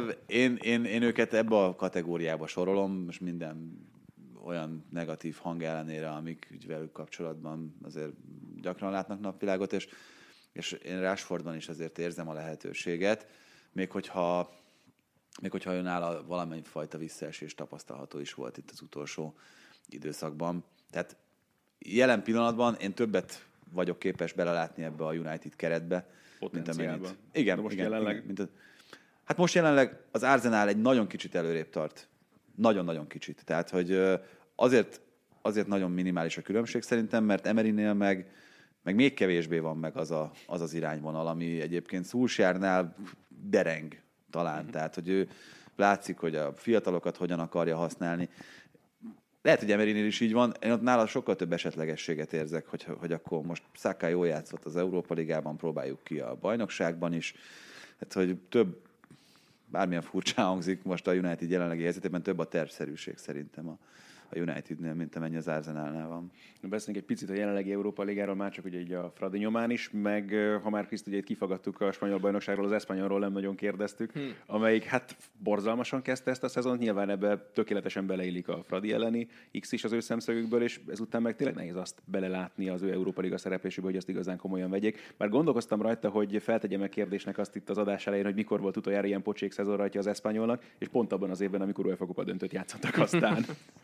én őket ebbe a kategóriába sorolom, most minden olyan negatív hang ellenére, amik velük kapcsolatban azért gyakran látnak napvilágot, és én Rashfordban is azért érzem a lehetőséget, még hogyha nála valamennyi fajta visszaesés tapasztalható is volt itt az utolsó időszakban. Tehát jelen pillanatban én többet vagyok képes belelátni ebbe a United keretbe, mint amennyit. Igen, most jelenleg. Hát most jelenleg az Arsenal egy nagyon kicsit előrébb tart. Nagyon-nagyon kicsit. Tehát, hogy azért nagyon minimális a különbség szerintem, mert Emerynél meg még kevésbé van meg az irányvonal, ami egyébként Solskjaernál dereng talán. Tehát, hogy ő látszik, hogy a fiatalokat hogyan akarja használni. Lehet, hogy Emerynél is így van. Én ott nála sokkal több esetlegességet érzek, hogy akkor most Saka jól játszott az Európa Ligában, próbáljuk ki a bajnokságban is. Hát, hogy több, bármilyen furcsán hangzik most a United jelenlegi helyzetében, több a tervszerűség szerintem a Unitednél, mint amennyi az Arsenalnál van. Beszélünk egy picit a jelenlegi Európa Ligáról, már csak ugye így a Fradi nyomán is, meg ha már Kriszt ugye itt kifagadtuk a spanyol bajnokságról, az Espanyolról nem nagyon kérdeztük, amelyik hát borzalmasan kezdte ezt a szezont, nyilván ebbe tökéletesen beleillik a Fradi elleni X is az ő szemszögükből, és ezután meg tényleg nehéz azt belelátni az ő Európa Liga szereplésébe, hogy azt igazán komolyan vegyék. Már gondolkoztam rajta, hogy feltegyem meg kérdésnek azt itt az adás elején, hogy mikor volt utoljára ilyen pocsék szezon rajta az Espanyolnak, és pont abban az évben, amikor UEFA Kupa döntőt játszottak aztán.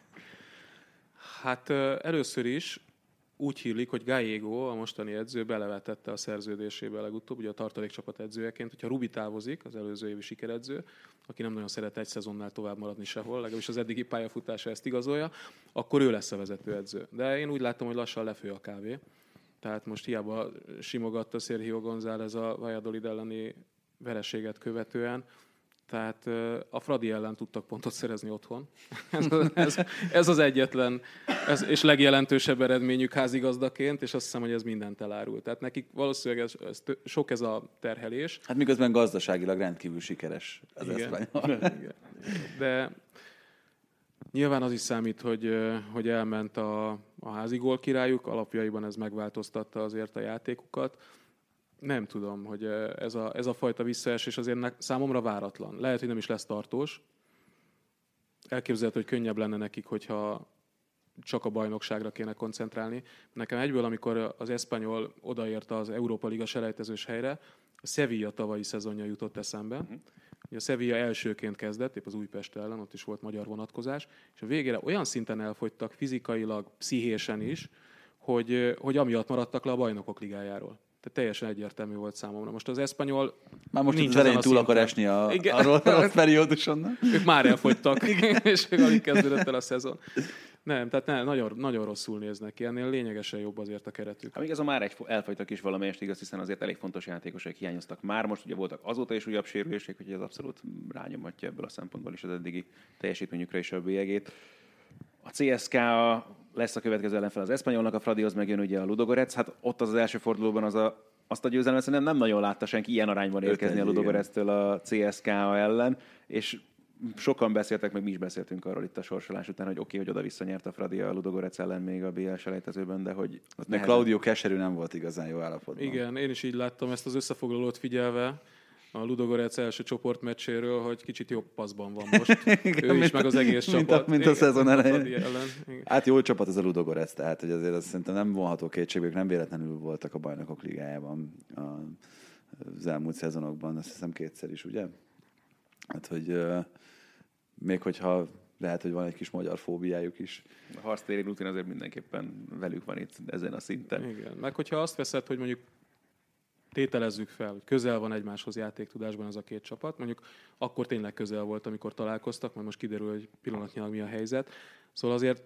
Hát először is úgy hírlik, hogy Gallego, a mostani edző, belevetette a szerződésébe legutóbb, ugye a tartalékcsapat edzőjeként, hogyha Rubi távozik, az előző évi sikeredző, aki nem nagyon szeret egy szezonnál tovább maradni sehol, legalábbis az eddigi pályafutása ezt igazolja, akkor ő lesz a vezetőedző. De én úgy látom, hogy lassan lefő a kávé. Tehát most hiába simogatta Sergio González a Valladolid elleni vereséget követően, Tehát a Fradi ellen tudtak pontot szerezni otthon. Ez az egyetlen és legjelentősebb eredményük házigazdaként, és azt hiszem, hogy ez mindent elárul. Tehát nekik valószínűleg sok ez a terhelés. Hát miközben gazdaságilag rendkívül sikeres az Espanyol. De nyilván az is számít, hogy elment a házigól királyuk, alapjaiban ez megváltoztatta azért a játékukat. Nem tudom, hogy ez a fajta visszaesés azért számomra váratlan. Lehet, hogy nem is lesz tartós. Elképzelhető, hogy könnyebb lenne nekik, hogyha csak a bajnokságra kéne koncentrálni. Nekem egyből, amikor az Espanyol odaért az Európa Liga selejtezős helyre, a Sevilla tavalyi szezonja jutott eszembe. Ugye a Sevilla elsőként kezdett, épp az Újpest ellen, ott is volt magyar vonatkozás, és a végére olyan szinten elfogytak fizikailag, pszichésen is, hogy amiatt maradtak le a Bajnokok Ligájáról. Tehát teljesen egyértelmű volt számomra. Most az Espanyol már most az elején túl akar esni a rossz perióduson. Ők már elfogytak, és alig kezdődött el a szezon. Nem, tehát nagyon, nagyon rosszul néznek ki. Ennél lényegesen jobb azért a keretük. Hát még ez a már elfogytak is valamelyest igaz, hiszen azért elég fontos játékosok hiányoztak már. Most ugye voltak azóta is újabb sérülések, hogy ez abszolút rányomatja ebből a szempontból is az eddigi teljesítményükre is a bélyegét. A CSKA lesz a következő ellenfel az Espanyolnak, a Fradihoz megjön ugye a Ludogorets. Hát ott az első fordulóban azt a győzelmet szerintem nem nagyon látta senki ilyen arányban érkezni a Ludogoretstől a CSKA ellen, és sokan beszéltek, meg mi is beszéltünk arról itt a sorsolás után, hogy oké, hogy oda-vissza nyert a Fradi a Ludogorets ellen még a BL selejtezőben, de hogy... De Claudio Keserű nem volt igazán jó állapotban. Igen, én is így láttam ezt az összefoglalót figyelve a Ludogorets első csoportmeccséről, hogy kicsit jobb passzban van most. Ő is, meg az egész csapat. Mint a szezon elején. Hát jó csapat ez a Ludogorets, tehát hogy azért azt szerintem nem vonható kétségbe, nem véletlenül voltak a Bajnokok Ligájában az elmúlt szezonokban, azt hiszem kétszer is, ugye? Hát, hogy még hogyha lehet, hogy van egy kis magyar fóbiájuk is. A harctéri rutin azért mindenképpen velük van itt ezen a szinten. Igen, meg hogyha azt veszed, hogy mondjuk tételezzük fel, hogy közel van egymáshoz játéktudásban ez a két csapat, mondjuk akkor tényleg közel volt, amikor találkoztak, majd most kiderül, hogy pillanatnyilag mi a helyzet. Szóval azért,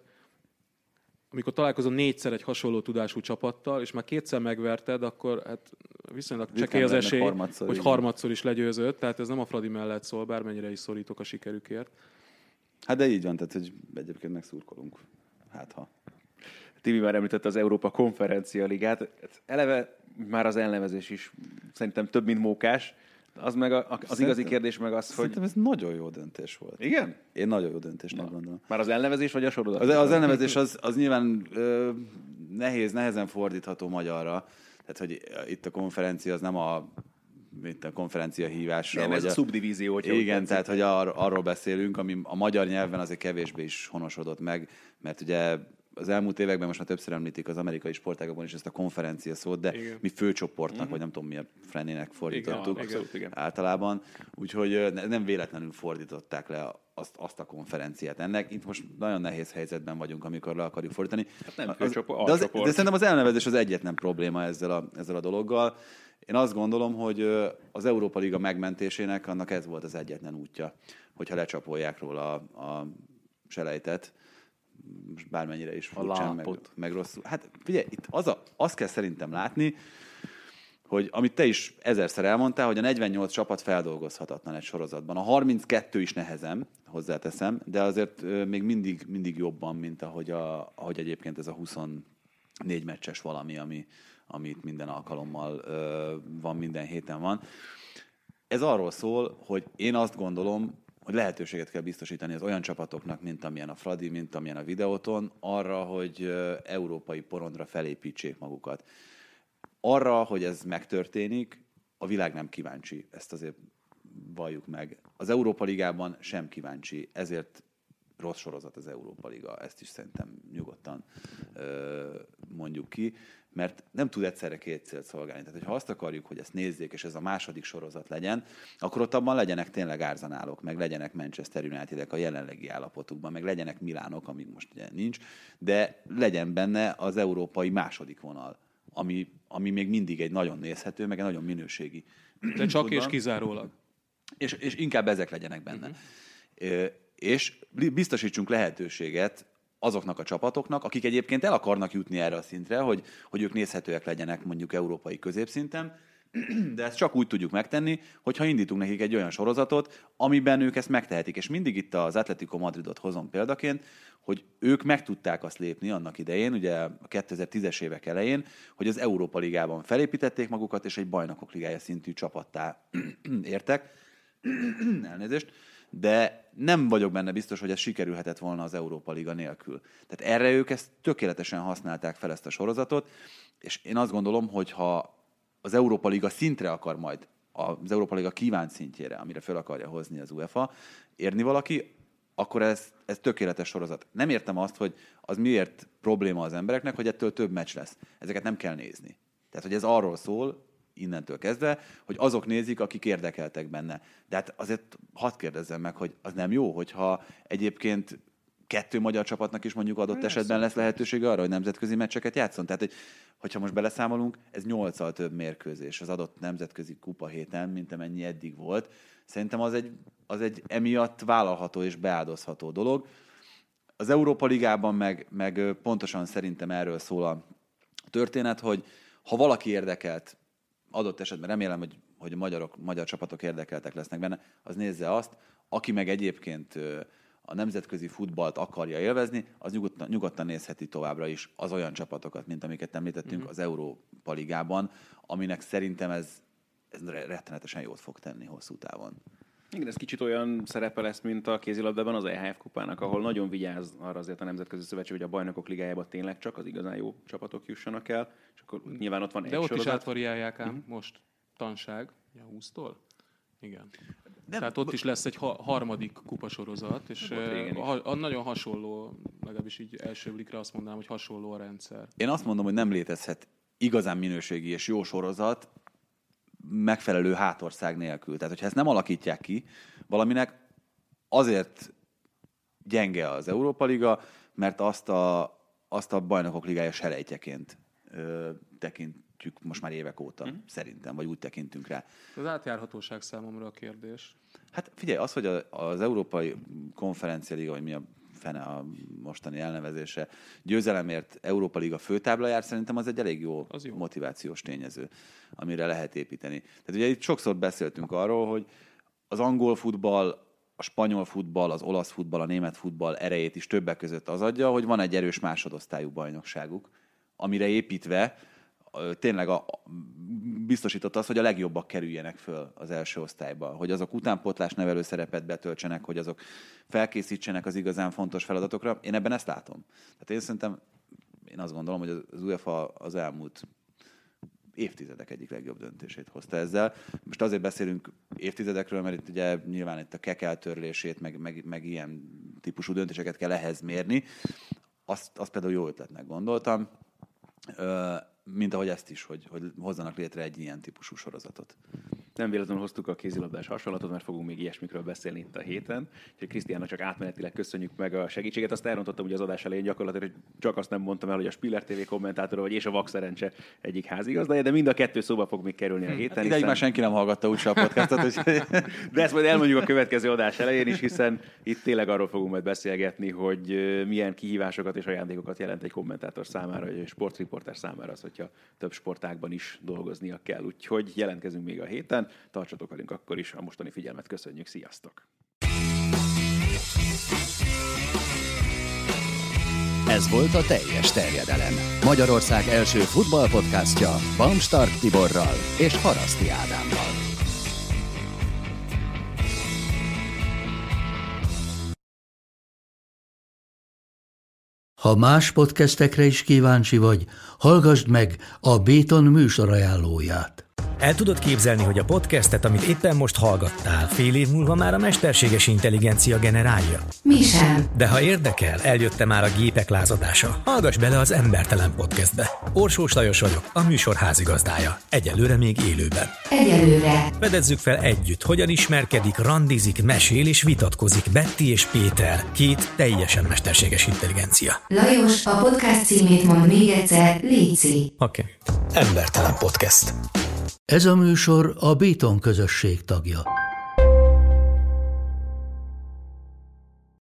amikor találkozom 4-szer egy hasonló tudású csapattal, és már 2-szer megverted, akkor hát viszonylag csekély az esély, hogy harmadszor is legyőzött, tehát ez nem a Fradi mellett szól, bármennyire is szorítok a sikerükért. Hát de így van, tehát hogy egyébként megszurkolunk. Hát ha. Tibi már említette az Európa Konferencia Ligát. Eleve már az elnevezés is szerintem több, mint mókás. Az meg az igazi kérdés meg az, hogy... Szerintem ez nagyon jó döntés volt. Igen? Én nagyon jó döntésnek gondolom. Már az elnevezés vagy a sorozat? Az elnevezés az nyilván nehezen fordítható magyarra. Tehát, hogy itt a konferencia az nem mint a konferencia hívásra. Nem, ez a szubdivízió. Igen, tehát hogy arról beszélünk, ami a magyar nyelven azért kevésbé is honosodott meg, mert ugye az elmúlt években most már többször említik az amerikai sportágakban is ezt a konferencia szót, de igen. Mi főcsoportnak, vagy nem tudom mi a frenének fordítottuk igen. általában. Úgyhogy nem véletlenül fordították le azt a konferenciát ennek. Itt most nagyon nehéz helyzetben vagyunk, amikor le akarjuk fordítani. Hát nem főcsoport, de szerintem az elnevezés az egyetlen probléma ezzel a dologgal. Én azt gondolom, hogy az Európa Liga megmentésének annak ez volt az egyetlen útja, hogyha lecsapolják róla a selejtet, most bármennyire is furcsán, meg rosszul. Hát figyelj, itt azt kell szerintem látni, hogy amit te is ezerszer elmondtál, hogy a 48 csapat feldolgozhatatlan egy sorozatban. A 32 is nehezem, hozzáteszem, de azért még mindig jobban, mint ahogy egyébként ez a 24 meccses valami, amit minden alkalommal van, minden héten van. Ez arról szól, hogy én azt gondolom, hogy lehetőséget kell biztosítani az olyan csapatoknak, mint amilyen a Fradi, mint amilyen a Videoton, arra, hogy európai porondra felépítsék magukat. Arra, hogy ez megtörténik, a világ nem kíváncsi, ezt azért valljuk meg. Az Európa Ligában sem kíváncsi, ezért rossz sorozat az Európa Liga, ezt is szerintem nyugodtan mondjuk ki, mert nem tud egyszerre két célt szolgálni. Tehát, hogyha azt akarjuk, hogy ezt nézzék, és ez a második sorozat legyen, akkor ott abban legyenek tényleg Arsenalok, meg legyenek Manchester Unitedek a jelenlegi állapotukban, meg legyenek Milánok, amíg most ugye nincs, de legyen benne az európai második vonal, ami még mindig egy nagyon nézhető, meg egy nagyon minőségi. De csak futball. És kizárólag. És inkább ezek legyenek benne. És biztosítsunk lehetőséget azoknak a csapatoknak, akik egyébként el akarnak jutni erre a szintre, hogy ők nézhetőek legyenek mondjuk európai középszinten, De ezt csak úgy tudjuk megtenni, hogyha indítunk nekik egy olyan sorozatot, amiben ők ezt megtehetik. És mindig itt az Atletico Madridot hozom példaként, hogy ők meg tudták azt lépni annak idején, ugye a 2010-es évek elején, hogy az Európa Ligában felépítették magukat, és egy bajnokok ligája szintű csapattá értek. Elnézést. De nem vagyok benne biztos, hogy ez sikerülhetett volna az Európa Liga nélkül. Tehát erre ők ezt tökéletesen használták fel, ezt a sorozatot, és én azt gondolom, hogy ha az Európa Liga szintre akar majd, az Európa Liga kívánt szintjére, amire fel akarja hozni az UEFA, érni valaki, akkor ez tökéletes sorozat. Nem értem azt, hogy az miért probléma az embereknek, hogy ettől több meccs lesz. Ezeket nem kell nézni. Tehát, hogy ez arról szól, innentől kezdve, hogy azok nézik, akik érdekeltek benne. De hát azért hadd kérdezzem meg, hogy az nem jó, hogyha egyébként 2 magyar csapatnak is mondjuk adott esetben lesz lehetősége arra, hogy nemzetközi meccseket játszon. Tehát, hogyha most beleszámolunk, ez 8-al több mérkőzés az adott nemzetközi kupa héten, mint amennyi eddig volt. Szerintem az egy emiatt vállalható és beáldozható dolog. Az Európa Ligában meg pontosan szerintem erről szól a történet, hogy ha valaki érdekelt, adott esetben remélem, hogy magyar csapatok érdekeltek lesznek benne, az nézze azt, aki meg egyébként a nemzetközi futballt akarja élvezni, az nyugodtan nézheti továbbra is az olyan csapatokat, mint amiket említettünk az Európa Ligában, aminek szerintem ez rettenetesen jót fog tenni hosszú távon. Igen, ez kicsit olyan szerepe lesz, mint a kézilabdában az EHF kupának, ahol nagyon vigyáz arra azért a Nemzetközi Szövetség, hogy a bajnokok ligájában tényleg csak az igazán jó csapatok jussanak el, és akkor nyilván ott van egy sorozat. De ott is átvariálják ám most tanság, 20-tól? Igen. Tehát ott is lesz egy harmadik kupasorozat, és nagyon hasonló, legalábbis így első blikre azt mondanám, hogy hasonló a rendszer. Én azt mondom, hogy nem létezhet igazán minőségi és jó sorozat megfelelő hátország nélkül. Tehát, hogyha ezt nem alakítják ki valaminek, azért gyenge az Európa Liga, mert azt a bajnokok ligája selejtjeként tekintjük most már évek óta, szerintem, vagy úgy tekintünk rá. Az átjárhatóság számomra a kérdés. Hát figyelj, az, hogy az Európai Konferencia Liga, vagy mi a fene a mostani elnevezése, győzelemért Európa Liga főtábla jár, szerintem az egy elég jó motivációs tényező, amire lehet építeni. Tehát ugye itt sokszor beszéltünk arról, hogy az angol futball, a spanyol futball, az olasz futball, a német futball erejét is többek között az adja, hogy van egy erős másodosztályú bajnokságuk, amire építve tényleg biztosított az, hogy a legjobbak kerüljenek föl az első osztályba, hogy azok utánpótlás nevelő szerepet betöltsenek, hogy azok felkészítsenek az igazán fontos feladatokra. Én ebben ezt látom. Tehát én azt gondolom, hogy az UEFA az elmúlt évtizedek egyik legjobb döntését hozta ezzel. Most azért beszélünk évtizedekről, mert itt ugye nyilván itt a kek eltörlését, meg ilyen típusú döntéseket kell ehhez mérni. Azt például jó ötletnek gondoltam, mint ahogy ezt is, hogy hozzanak létre egy ilyen típusú sorozatot. Nem véletlenül hoztuk a kézilabdás hasonlatot, mert fogunk még ilyesmikről beszélni itt a héten. Úgyhogy Krisztiánnak csak átmenetileg köszönjük meg a segítséget. Azt elrontottam ugye az adás elején gyakorlatilag, hogy csak azt nem mondtam el, hogy a Spiller TV kommentátora vagy és a Vak Szerencse egyik házigazdája, de mind a kettő szóba fog még kerülni a héten. Ideig már senki nem hallgatta úgyse a podcastot. De ezt majd elmondjuk a következő adás elején is, hiszen itt tényleg arról fogunk majd beszélgetni, hogy milyen kihívásokat és ajándékokat jelent egy kommentátor számára, vagy egy sportriporter számára az, hogyha több sportágban is dolgoznia kell. Úgyhogy jelentkezünk még a héten. Tartsatok velünk akkor is, a mostani figyelmet köszönjük, sziasztok! Ez volt a Teljes Terjedelem. Magyarország első futballpodcastja Bamstark Tiborral és Haraszti Ádámmal. Ha más podcastekre is kíváncsi vagy, hallgassd meg a Béton műsor ajánlóját. El tudod képzelni, hogy a podcastet, amit éppen most hallgattál, fél év múlva már a mesterséges intelligencia generálja? Mi sem. De ha érdekel, eljött már a gépek lázadása. Hallgass bele az Embertelen podcastbe. Orsós Lajos vagyok, a műsor házigazdája. Egyelőre még élőben. Egyelőre. Fedezzük fel együtt, hogyan ismerkedik, randizik, mesél és vitatkozik Betty és Péter, két teljesen mesterséges intelligencia. Lajos, a podcast címét mond még egyszer, léci. Oké. Embertelen podcast. Ez a műsor a Béton közösség tagja.